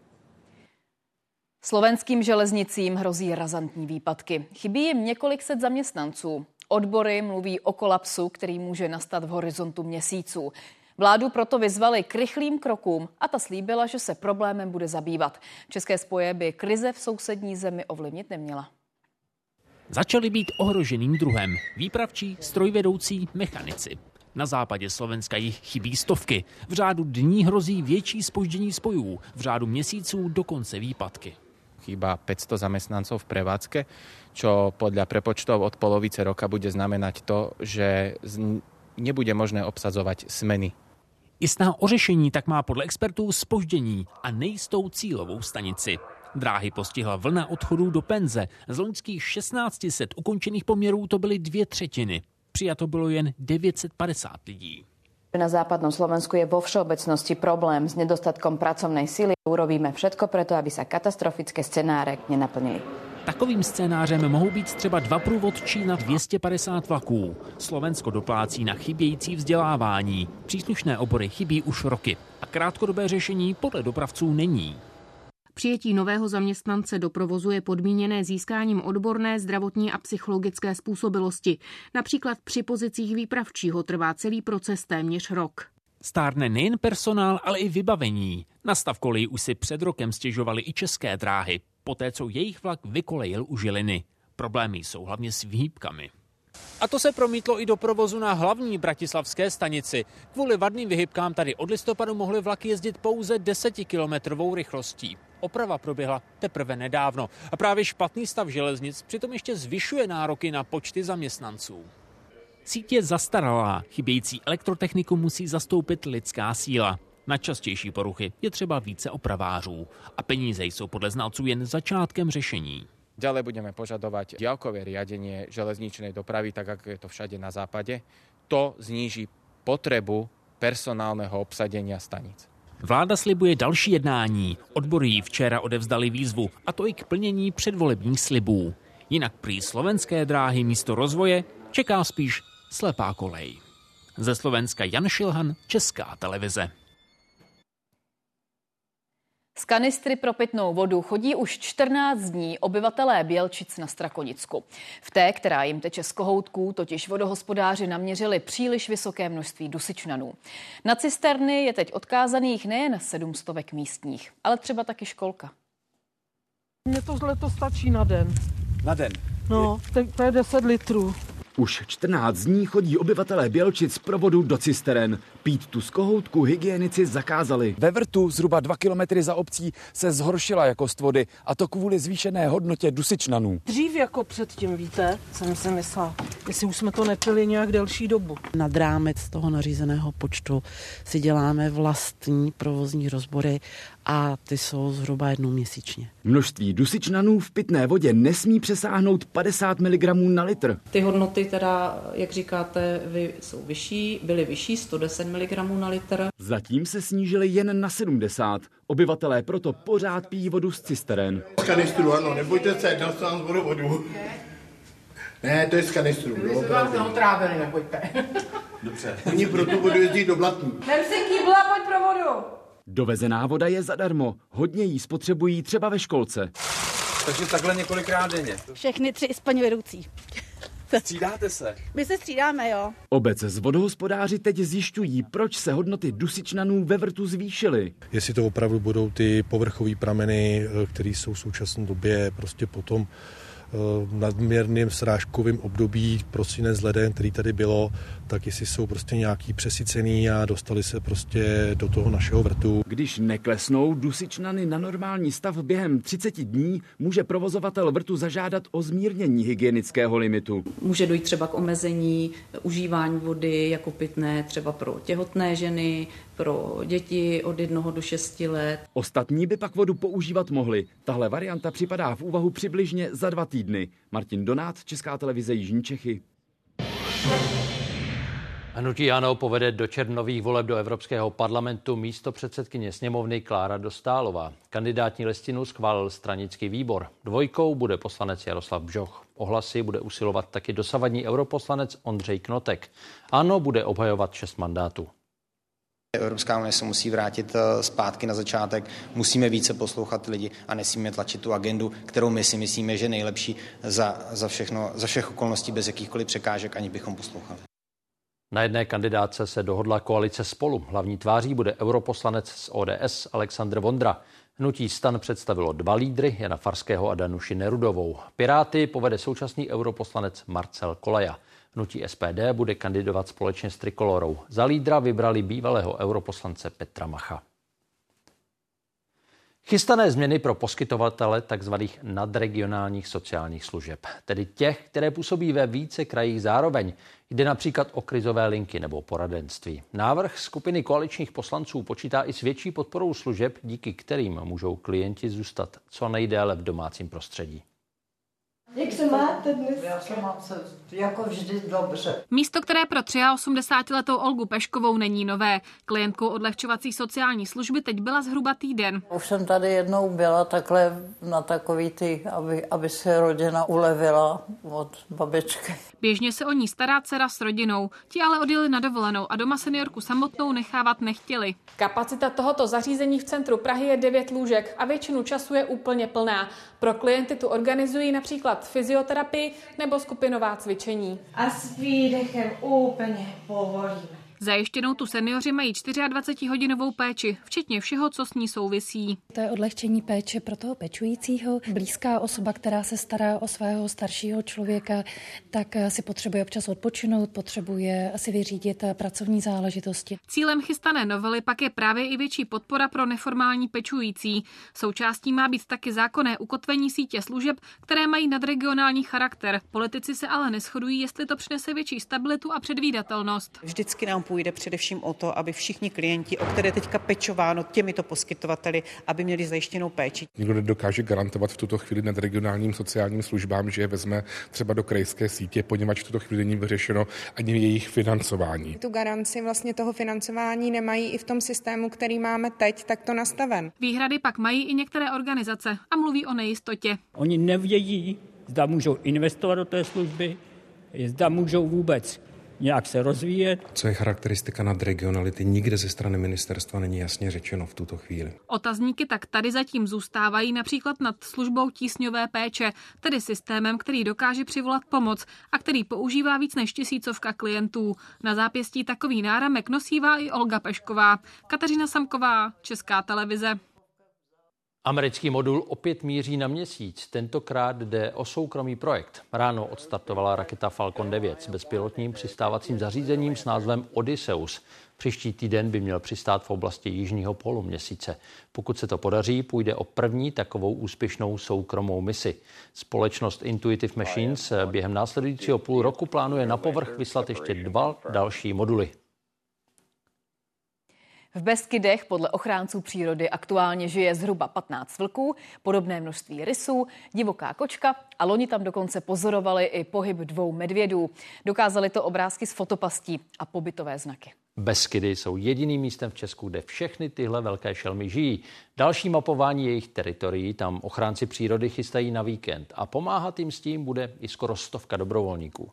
Slovenským železnicím hrozí razantní výpadky. Chybí jim několik set zaměstnanců. Odbory mluví o kolapsu, který může nastat v horizontu měsíců. Vládu proto vyzvali k rychlým krokům a ta slíbila, že se problémem bude zabývat. České spoje by krize v sousední zemi ovlivnit neměla. Začali být ohroženým druhem. Výpravčí, strojvedoucí, mechanici. Na západě Slovenska jich chybí stovky. V řádu dní hrozí větší zpoždění spojů. V řádu měsíců dokonce výpadky. Chýba 500 zamestnancov v prevádzke, čo podľa prepočtov od polovice roka bude znamenať to, že nebude možné obsadzovať smeny. I snaha o řešení tak má podle expertů zpoždění a nejistou cílovou stanici. Dráhy postihla vlna odchodů do penze. Z loňských 1600 ukončených poměrů to byly 2/3. Přijato bylo jen 950 lidí. Na západnom Slovensku je vo všeobecnosti problém s nedostatkom pracovnej síly. Urobíme všetko preto, aby sa katastrofické scenáre nenaplnili. Takovým scénářem mohou být třeba 2 průvodčí na 250 vlaků. Slovensko doplácí na chybějící vzdělávání. Příslušné obory chybí už roky. A krátkodobé řešení podle dopravců není. Přijetí nového zaměstnance do provozu je podmíněné získáním odborné, zdravotní a psychologické způsobilosti. Například při pozicích výpravčího trvá celý proces téměř rok. Stárne nejen personál, ale i vybavení. Na stav kolejí už si před rokem stěžovaly i České dráhy, poté co jejich vlak vykolejil u Žiliny. Problémy jsou hlavně s vyhýbkami. A to se promítlo i do provozu na hlavní bratislavské stanici. Kvůli vadným vyhybkám tady od listopadu mohly vlaky jezdit pouze 10kilometrovou rychlostí. Oprava proběhla teprve nedávno. A právě špatný stav železnic přitom ještě zvyšuje nároky na počty zaměstnanců. Síť je zastaralá, chybějící elektrotechniku musí zastoupit lidská síla. Na častější poruchy je třeba více opravářů. A peníze jsou podle znalců jen začátkem řešení. Ďalej budeme požadovať diaľkové riadenie železničnej dopravy, tak ako je to všade na západe. To zníži potrebu personálneho obsadenia stanic. Vláda slibuje další jednání. Odbory jí včera odevzdali výzvu, a to i k plnění předvolebních slibů. Jinak prý slovenské dráhy místo rozvoje čeká spíš slepá kolej. Ze Slovenska Jan Šilhan, Česká televize. Z kanistry pro pitnou vodu chodí už 14 dní obyvatelé Bělčic na Strakonicku. V té, která jim teče z kohoutků, totiž vodohospodáři naměřili příliš vysoké množství dusičnanů. Na cisterny je teď odkázaných nejen 700 místních, ale třeba taky školka. Mně to stačí na den. Na den? No, to je 10 litrů. Už 14 dní chodí obyvatelé Bělčic pro vodu do cisteren. Pít tu z kohoutku hygienici zakázali. Ve vrtu zhruba 2 kilometry za obcí se zhoršila jakost vody, a to kvůli zvýšené hodnotě dusičnanů. Dřív jako předtím, víte, jsem si myslela, jestli už jsme to nepili nějak delší dobu. Nad rámec toho nařízeného počtu si děláme vlastní provozní rozbory a ty jsou zhruba 1 měsíčně. Množství dusičnanů v pitné vodě nesmí přesáhnout 50 mg na litr. Ty hodnoty teda, jak říkáte, jsou vyšší, byly vyšší 110 mg na litr. Zatím se snížily jen na 70. Obyvatelé proto pořád pijí vodu z cisteren. Z kanistru, ano, nebojte se, dal jsem vám vodu. Ne, to je z kanistru. Vy jste vás neotrávili, nebojte. Dobře. Oni pro tu vodu jezdí do Blatní. Vem si kýbla, pojď pro vodu. Dovezená voda je zadarmo. Hodně jí spotřebují třeba ve školce. Takže takhle několikrát denně. Všechny 3 paní vedoucí. Střídáte se? My se střídáme, jo. Obec z vodohospodáři teď zjišťují, proč se hodnoty dusičnanů ve vrtu zvýšily. Jestli to opravdu budou ty povrchové prameny, které jsou v současné době prostě potom nadměrným srážkovým období, prosinec, leden, který tady bylo, tak jestli jsou prostě nějaký přesycený a dostali se prostě do toho našeho vrtu. Když neklesnou dusičnany na normální stav během 30 dní, může provozovatel vrtu zažádat o zmírnění hygienického limitu. Může dojít třeba k omezení užívání vody jako pitné, třeba pro těhotné ženy, pro děti od 1 do 6 let. Ostatní by pak vodu používat mohli. Tahle varianta připadá v úvahu přibližně za 2 týdny. Martin Donát, Česká televize Jižní Čechy. Hnutí ANO povede do červnových voleb do Evropského parlamentu místopředsedkyně sněmovny Klára Dostálová. Kandidátní listinu schválil stranický výbor. 2 bude poslanec Jaroslav Bžoch. O hlasy bude usilovat taky dosavadní europoslanec Ondřej Knotek. ANO bude obhajovat 6 mandátů. Evropská unie se musí vrátit zpátky na začátek, musíme více poslouchat lidi a nesmíme tlačit tu agendu, kterou my si myslíme, že je nejlepší za všech okolností bez jakýchkoliv překážek, ani bychom poslouchali. Na jedné kandidátce se dohodla koalice Spolu. Hlavní tváří bude europoslanec z ODS Alexandr Vondra. Hnutí STAN představilo 2 lídry, Jana Farského a Danuši Nerudovou. Piráty povede současný europoslanec Marcel Kolaja. Hnutí SPD bude kandidovat společně s Trikolorou. Za lídra vybrali bývalého europoslance Petra Macha. Chystané změny pro poskytovatele tzv. Nadregionálních sociálních služeb, tedy těch, které působí ve více krajích zároveň. Jde například o krizové linky nebo poradenství. Návrh skupiny koaličních poslanců počítá i s větší podporou služeb, díky kterým můžou klienti zůstat co nejdéle v domácím prostředí. Jak se se máte dnes? Já se mám jako vždy dobře. Místo, které pro 83letou Olgu Peškovou není nové. Klientkou odlehčovací sociální služby teď byla zhruba týden. Už jsem tady jednou byla takhle na takový aby se rodina ulevila od babičky. Běžně se o ní stará dcera s rodinou. Ti ale odjeli na dovolenou a doma seniorku samotnou nechávat nechtěli. Kapacita tohoto zařízení v centru Prahy je 9 lůžek a většinu času je úplně plná. Pro klienty tu organizují například fyzioterapii nebo skupinová cvičení. A s výdechem úplně povolíme. Zajištěnou tu seniori mají 24hodinovou péči, včetně všeho, co s ní souvisí. To je odlehčení péče pro toho pečujícího. Blízká osoba, která se stará o svého staršího člověka, tak si potřebuje občas odpočinout, potřebuje si vyřídit pracovní záležitosti. Cílem chystané novely pak je právě i větší podpora pro neformální pečující. Součástí má být taky zákonné ukotvení sítě služeb, které mají nadregionální charakter. Politici se ale neshodují, jestli to přinese větší stabilitu a předvídatelnost. Vždycky nám půjde především o to, aby všichni klienti, o které teďka pečováno těmito poskytovateli, aby měli zajištěnou péči. Nikdo nedokáže garantovat v tuto chvíli nadregionálním sociálním službám, že je vezme třeba do krajské sítě, poněvadž v tuto chvíli není vyřešeno ani jejich financování. Tu garanci vlastně toho financování nemají i v tom systému, který máme teď, takto nastaven. Výhrady pak mají i některé organizace a mluví o nejistotě. Oni nevědí, zda můžou investovat do té služby, zda můžou vůbec nějak se rozvíjet. Co je charakteristika nadregionality, nikde ze strany ministerstva není jasně řečeno v tuto chvíli. Otazníky tak tady zatím zůstávají například nad službou tísňové péče, tedy systémem, který dokáže přivolat pomoc a který používá víc než 1000 klientů. Na zápěstí takový náramek nosívá i Olga Pešková. Kateřina Samková, Česká televize. Americký modul opět míří na Měsíc. Tentokrát jde o soukromý projekt. Ráno odstartovala raketa Falcon 9 s bezpilotním přistávacím zařízením s názvem Odysseus. Příští týden by měl přistát v oblasti jižního pólu Měsíce. Pokud se to podaří, půjde o první takovou úspěšnou soukromou misi. Společnost Intuitive Machines během následujícího půl roku plánuje na povrch vyslat ještě 2 další moduly. V Beskydech podle ochránců přírody aktuálně žije zhruba 15 vlků, podobné množství rysů, divoká kočka a loni tam dokonce pozorovali i pohyb 2 medvědů. Dokázali to obrázky z fotopastí a pobytové znaky. Beskydy jsou jediným místem v Česku, kde všechny tyhle velké šelmy žijí. Další mapování jejich teritorií tam ochránci přírody chystají na víkend a pomáhat jim s tím bude i skoro 100 dobrovolníků.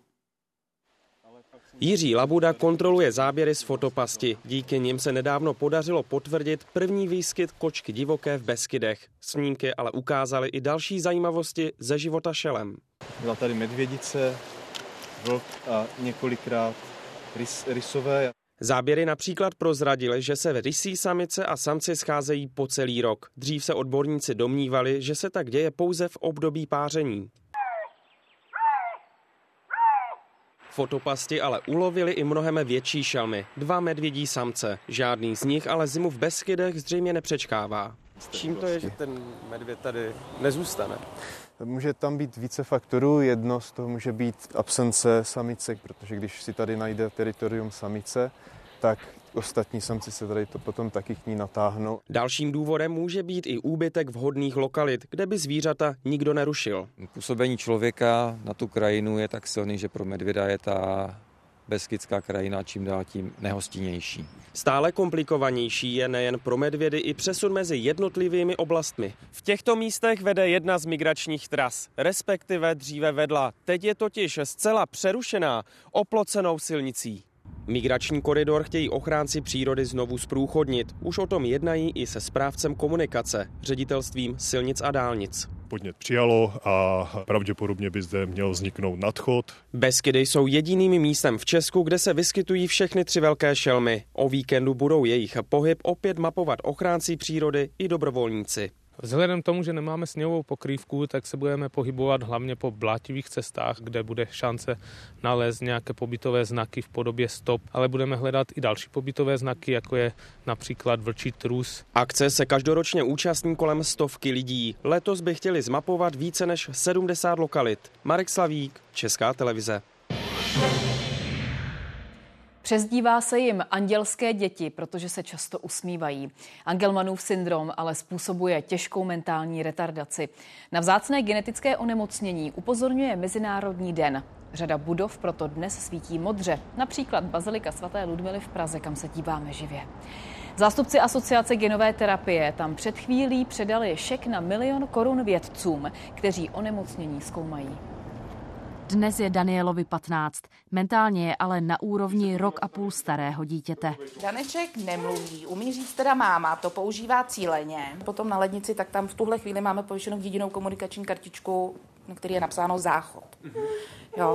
Jiří Labuda kontroluje záběry z fotopasti. Díky nim se nedávno podařilo potvrdit první výskyt kočky divoké v Beskydech. Snímky ale ukázaly i další zajímavosti ze života šelem. Byla tady medvědice, vlk a několikrát rysové. Záběry například prozradily, že se rysí samice a samci scházejí po celý rok. Dřív se odborníci domnívali, že se tak děje pouze v období páření. Fotopasti ale ulovili i mnohem větší šelmy, 2 medvědí samce. Žádný z nich ale zimu v Beskydech zřejmě nepřečkává. Čím to je, že ten medvěd tady nezůstane? Může tam být více faktorů, jedno z toho může být absence samice, protože když si tady najde teritorium samice, tak ostatní samci se tady to potom taky k ní natáhnou. Dalším důvodem může být i úbytek vhodných lokalit, kde by zvířata nikdo nerušil. Působení člověka na tu krajinu je tak silný, že pro medvěda je ta beskidská krajina čím dál tím nehostinnější. Stále komplikovanější je nejen pro medvědy i přesun mezi jednotlivými oblastmi. V těchto místech vede jedna z migračních tras, respektive dříve vedla. Teď je totiž zcela přerušená oplocenou silnicí. Migrační koridor chtějí ochránci přírody znovu zprůchodnit. Už o tom jednají i se správcem komunikace, ředitelstvím silnic a dálnic. Podnět přijalo a pravděpodobně by zde měl vzniknout nadchod. Beskydy jsou jediným místem v Česku, kde se vyskytují všechny 3 velké šelmy. O víkendu budou jejich pohyb opět mapovat ochránci přírody i dobrovolníci. Vzhledem k tomu, že nemáme sněhovou pokrývku, tak se budeme pohybovat hlavně po blátivých cestách, kde bude šance nalézt nějaké pobytové znaky v podobě stop, ale budeme hledat i další pobytové znaky, jako je například vlčí trus. Akce se každoročně účastní kolem 100 lidí. Letos by chtěli zmapovat více než 70 lokalit. Marek Slavík, Česká televize. Přezdívá se jim andělské děti, protože se často usmívají. Angelmanův syndrom ale způsobuje těžkou mentální retardaci. Na vzácné genetické onemocnění upozorňuje Mezinárodní den. Řada budov proto dnes svítí modře, například Bazilika svaté Ludmily v Praze, kam se díváme živě. Zástupci Asociace genové terapie tam před chvílí předali šek na 1 000 000 korun vědcům, kteří onemocnění zkoumají. Dnes je Danielovi 15, mentálně je ale na úrovni 1,5 roku starého dítěte. Daneček nemluví, umí říct teda máma, to používá cíleně. Potom na lednici, tak tam v tuhle chvíli máme pověšenou jedinou komunikační kartičku, na který je napsáno záchod. Jo.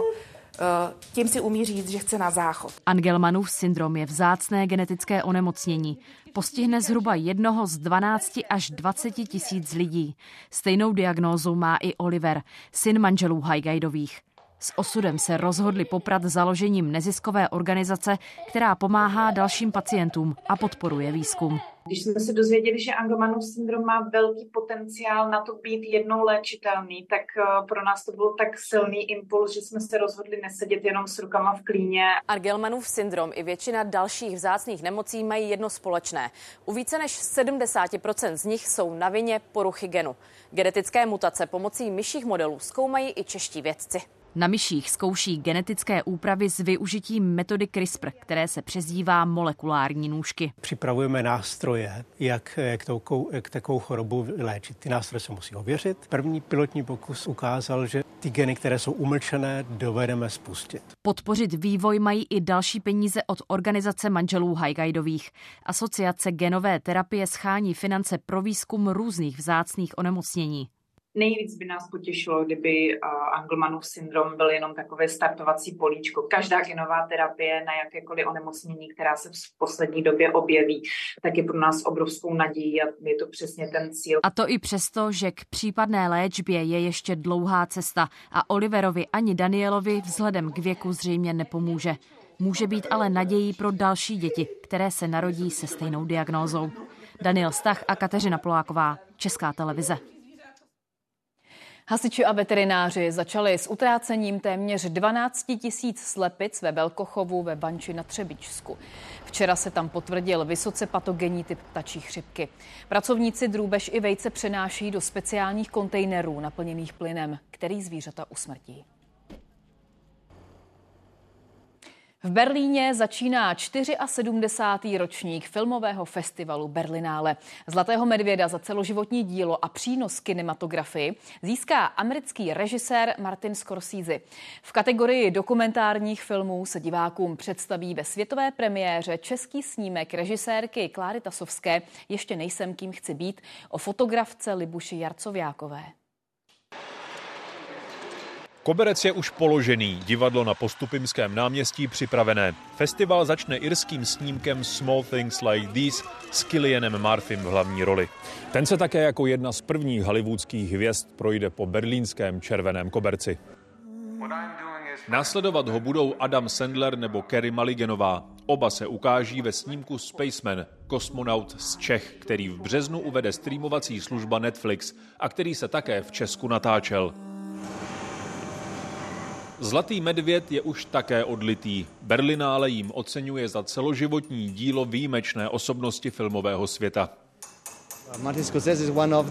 Tím si umí říct, že chce na záchod. Angelmanův syndrom je vzácné genetické onemocnění. Postihne zhruba 1 z 12 až 20 tisíc lidí. Stejnou diagnózu má i Oliver, syn manželů Hajgajdových. S osudem se rozhodli poprat založením neziskové organizace, která pomáhá dalším pacientům a podporuje výzkum. Když jsme se dozvěděli, že Angelmanův syndrom má velký potenciál na to být jednou léčitelný, tak pro nás to byl tak silný impuls, že jsme se rozhodli nesedět jenom s rukama v klíně. Angelmanův syndrom i většina dalších vzácných nemocí mají jedno společné. U více než 70% z nich jsou na vině poruchy genu. Genetické mutace pomocí myších modelů zkoumají i čeští vědci. Na myších zkouší genetické úpravy s využitím metody CRISPR, které se přezdívá molekulární nůžky. Připravujeme nástroje, jak takovou chorobu léčit. Ty nástroje se musí ověřit. První pilotní pokus ukázal, že ty geny, které jsou umlčené, dovedeme spustit. Podpořit vývoj mají i další peníze od organizace manželů Hajgajdových. Asociace genové terapie schání finance pro výzkum různých vzácných onemocnění. Nejvíc by nás potěšilo, kdyby Angelmanův syndrom byl jenom takové startovací políčko. Každá genová terapie na jakékoliv onemocnění, která se v poslední době objeví, tak je pro nás obrovskou nadějí a je to přesně ten cíl. A to i přesto, že k případné léčbě je ještě dlouhá cesta a Oliverovi ani Danielovi vzhledem k věku zřejmě nepomůže. Může být ale nadějí pro další děti, které se narodí se stejnou diagnózou. Daniel Stach a Kateřina Poláková, Česká televize. Hasiči a veterináři začali s utrácením téměř 12 000 slepic ve Velkochovu ve Banči na Třebíčsku. Včera se tam potvrdil vysoce patogenní typ ptačí chřipky. Pracovníci drůbež i vejce přenáší do speciálních kontejnerů naplněných plynem, který zvířata usmrtí. V Berlíně začíná 74. ročník filmového festivalu Berlinále. Zlatého medvěda za celoživotní dílo a přínos kinematografii získá americký režisér Martin Scorsese. V kategorii dokumentárních filmů se divákům představí ve světové premiéře český snímek režisérky Kláry Tasovské Ještě nejsem, kým chci být o fotografce Libuši Jarcoviákové. Koberec je už položený, divadlo na Postupimském náměstí připravené. Festival začne irským snímkem Small Things Like These s Cillianem Murphym v hlavní roli. Ten se také jako jedna z prvních hollywoodských hvězd projde po berlínském červeném koberci. Následovat ho budou Adam Sandler nebo Carey Mulliganová. Oba se ukáží ve snímku Spaceman, kosmonaut z Čech, který v březnu uvede streamovací služba Netflix a který se také v Česku natáčel. Zlatý medvěd je už také odlitý. Berlinále jim oceňuje za celoživotní dílo výjimečné osobnosti filmového světa. Martin Scorsese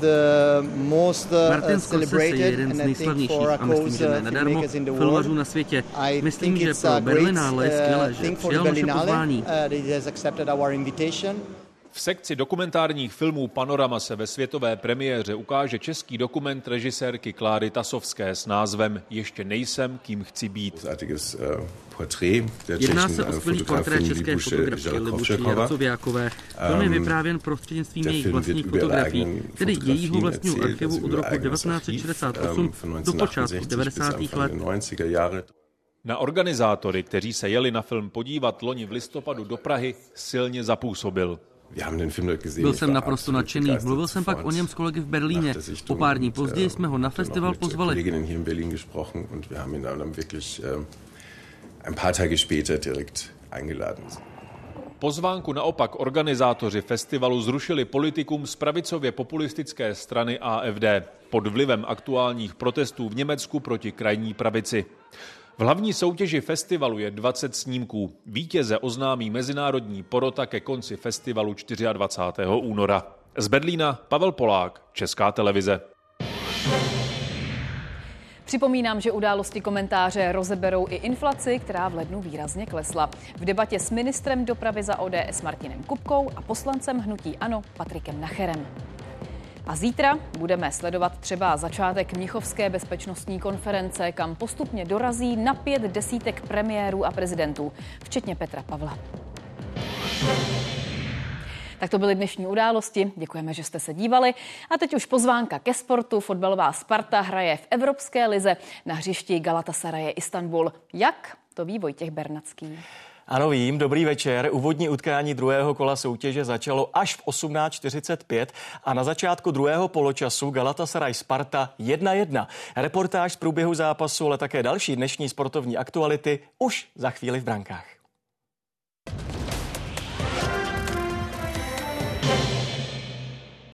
je jeden z nejslavnějších a myslím, že ne nadarmo filmařů na světě. Myslím, že pro Berlinále je skvělé, že přijal naše pozvání. V sekci dokumentárních filmů Panorama se ve světové premiéře ukáže český dokument režisérky Kláry Tasovské s názvem Ještě nejsem, kým chci být. Jedná se o skvělý portrét české fotografky Libuši Jarcoviákové. Film je vyprávěn prostřednictvím jejich vlastních fotografií, tedy jejího vlastního archivu od roku 1968 do počátku 90. let. Na organizátory, kteří se jeli na film podívat loni v listopadu do Prahy, silně zapůsobil. Byl jsem naprosto nadšený. Mluvil jsem pak o něm s kolegy v Berlíně. O pár dní později jsme ho na festival pozvali. Pozvánku naopak organizátoři festivalu zrušili politikům z pravicově populistické strany AfD pod vlivem aktuálních protestů v Německu proti krajní pravici. V hlavní soutěži festivalu je 20 snímků. Vítěze oznámí mezinárodní porota ke konci festivalu 24. února. Z Berlína Pavel Polák, Česká televize. Připomínám, že Události komentáře rozeberou i inflaci, která v lednu výrazně klesla. V debatě s ministrem dopravy za ODS Martinem Kupkou a poslancem hnutí ANO Patrikem Nacherem. A zítra budeme sledovat třeba začátek Mnichovské bezpečnostní konference, kam postupně dorazí na 5 desítek premiérů a prezidentů, včetně Petra Pavla. Tak to byly dnešní Události. Děkujeme, že jste se dívali. A teď už pozvánka ke sportu. Fotbalová Sparta hraje v Evropské lize na hřišti Galatasaraje Istanbul. Jak? To ví Vojtěch Bernacký. Ano, vím, dobrý večer. Úvodní utkání druhého kola soutěže začalo až v 18:45 a na začátku druhého poločasu Galatasaray Sparta 1:1. Reportáž z průběhu zápasu, ale také další dnešní sportovní aktuality už za chvíli v brankách.